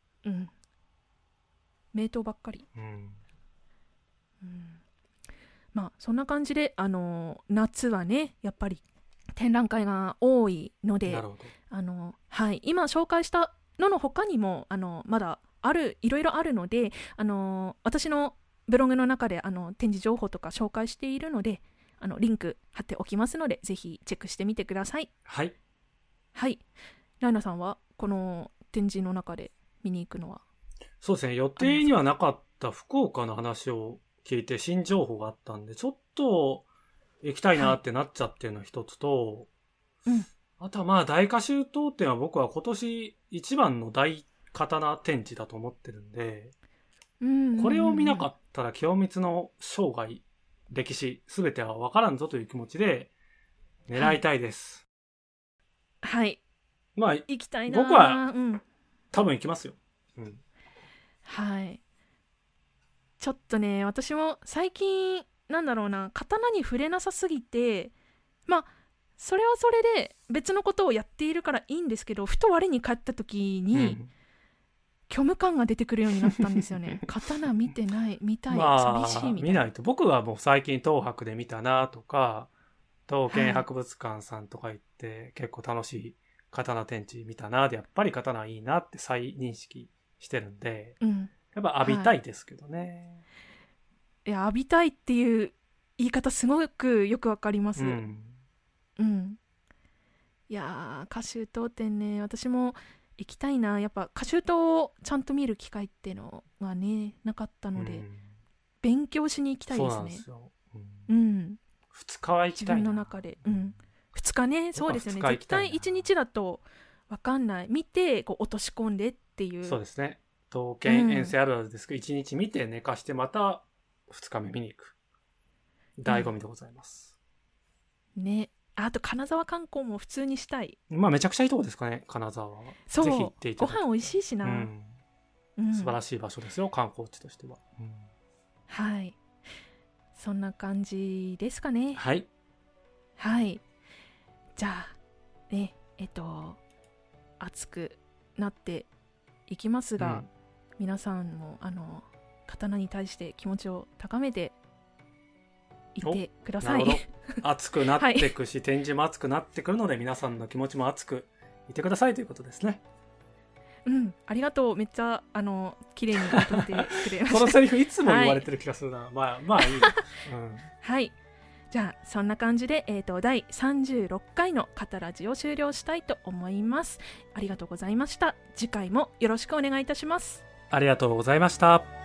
[SPEAKER 1] 名刀ばっかり。 そんな感じで、夏はねやっぱり展覧会が多いので、
[SPEAKER 2] なるほど。
[SPEAKER 1] 今紹介したのの他にもまだいろいろあるので、私のブログの中で展示情報とか紹介しているので、リンク貼っておきますので、ぜひチェックしてみてください。
[SPEAKER 2] はい
[SPEAKER 1] はい。ライナさんはこの展示の中で見に行くのは？
[SPEAKER 2] そうですね、予定にはなかった福岡の話を聞いて新情報があったんで、ちょっと行きたいなってなっちゃってるのが一つと、あとは大花秋冬展は僕は今年一番の大刀展示だと思ってるんで、これを見なかったら清光の生涯、歴史全ては分からんぞという気持ちで狙いたいです。
[SPEAKER 1] はい。行きたいな。
[SPEAKER 2] 僕は、多分行きますよ。
[SPEAKER 1] はい。ちょっとね、私も最近刀に触れなさすぎて、それはそれで別のことをやっているからいいんですけど、ふと我に返った時に、虚無感が出てくるようになったんですよね。刀見たい、寂しいみたいな。
[SPEAKER 2] 見ないと。僕はもう最近東博で見たなとか、東建博物館さんとか行って、結構楽しい刀展示見たなで、やっぱり刀いいなって再認識してるんで、やっぱ浴びたいですけどね。
[SPEAKER 1] いや、浴びたいっていう言い方すごくよくわかります。いやー、花秋冬展ね、私も行きたいな。やっぱ花秋冬をちゃんと見る機会っていうのがねなかったので、勉強しに行きたいですね。
[SPEAKER 2] そうなんですよ。2日は行きたいな。
[SPEAKER 1] 自分の中で、2日ね、そうですよね。絶対1日だとわかんない。見て落とし込んでっていう。
[SPEAKER 2] そうですね。東建遠征あるあるですけど、1日見て寝かしてまた2日目見に行く。醍醐味でございます。
[SPEAKER 1] ね。あと金沢観光も普通にしたい。
[SPEAKER 2] めちゃくちゃいいとこですかね、金沢は。
[SPEAKER 1] そう、
[SPEAKER 2] ぜひ行っていただきたい。
[SPEAKER 1] ご飯美味しいしな。
[SPEAKER 2] 素晴らしい場所ですよ、観光地としては。
[SPEAKER 1] はい。そんな感じですかね。
[SPEAKER 2] はい。
[SPEAKER 1] はい。じゃあね、暑くなっていきますが、皆さんも刀に対して気持ちを高めていってください。
[SPEAKER 2] 熱くなっていくし、展示も熱くなってくるので、皆さんの気持ちも熱くいてくださいということですね。
[SPEAKER 1] ありがとう。めっちゃ綺麗にまとめてくれました。
[SPEAKER 2] このセリフいつも言われてる気がするな。いい。
[SPEAKER 1] はい。じゃあそんな感じで、第36回のカタラジを終了したいと思います。ありがとうございました。次回もよろしくお願いいたします。
[SPEAKER 2] ありがとうございました。